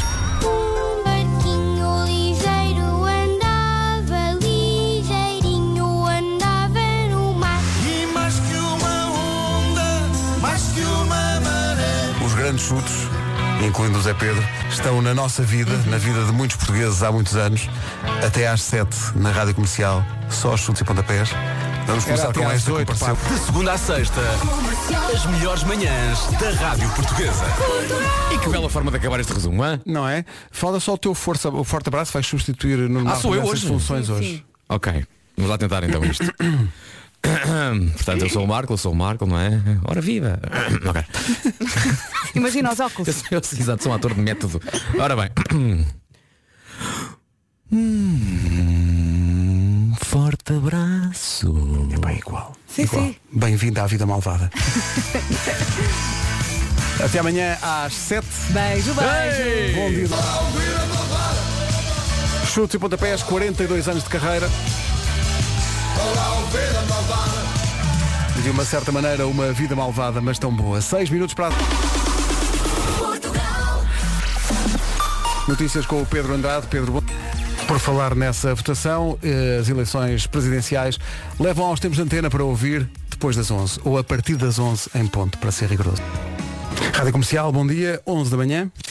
Os grandes chutes, incluindo o Zé Pedro, estão na nossa vida, na vida de muitos portugueses há muitos anos. Até às 7 na Rádio Comercial, só chutes e pontapés. Vamos começar com esta 8, de segunda à sexta, as melhores manhãs da Rádio Portuguesa. E que bela forma de acabar este resumo, hein? Não é? Fala só o teu forte abraço, vais substituir no sou eu hoje? funções hoje. Ok, vamos lá tentar então isto. Portanto, eu sou o Marco, não é? Ora viva! Ok. Imagina os óculos. Eu exato, sou um ator de método. Ora bem. Forte abraço. É bem igual. Sim. Bem-vindo à vida malvada. Até amanhã às 7. Beijo. Bom dia. Chutes e pontapés, 42 anos de carreira. De uma certa maneira, uma vida malvada, mas tão boa. 6 minutos para... Notícias com o Pedro Andrade. Pedro, por falar nessa votação, as eleições presidenciais levam aos tempos de antena para ouvir depois das 11, ou a partir das 11 em ponto, para ser rigoroso. Rádio Comercial, bom dia, 11 da manhã.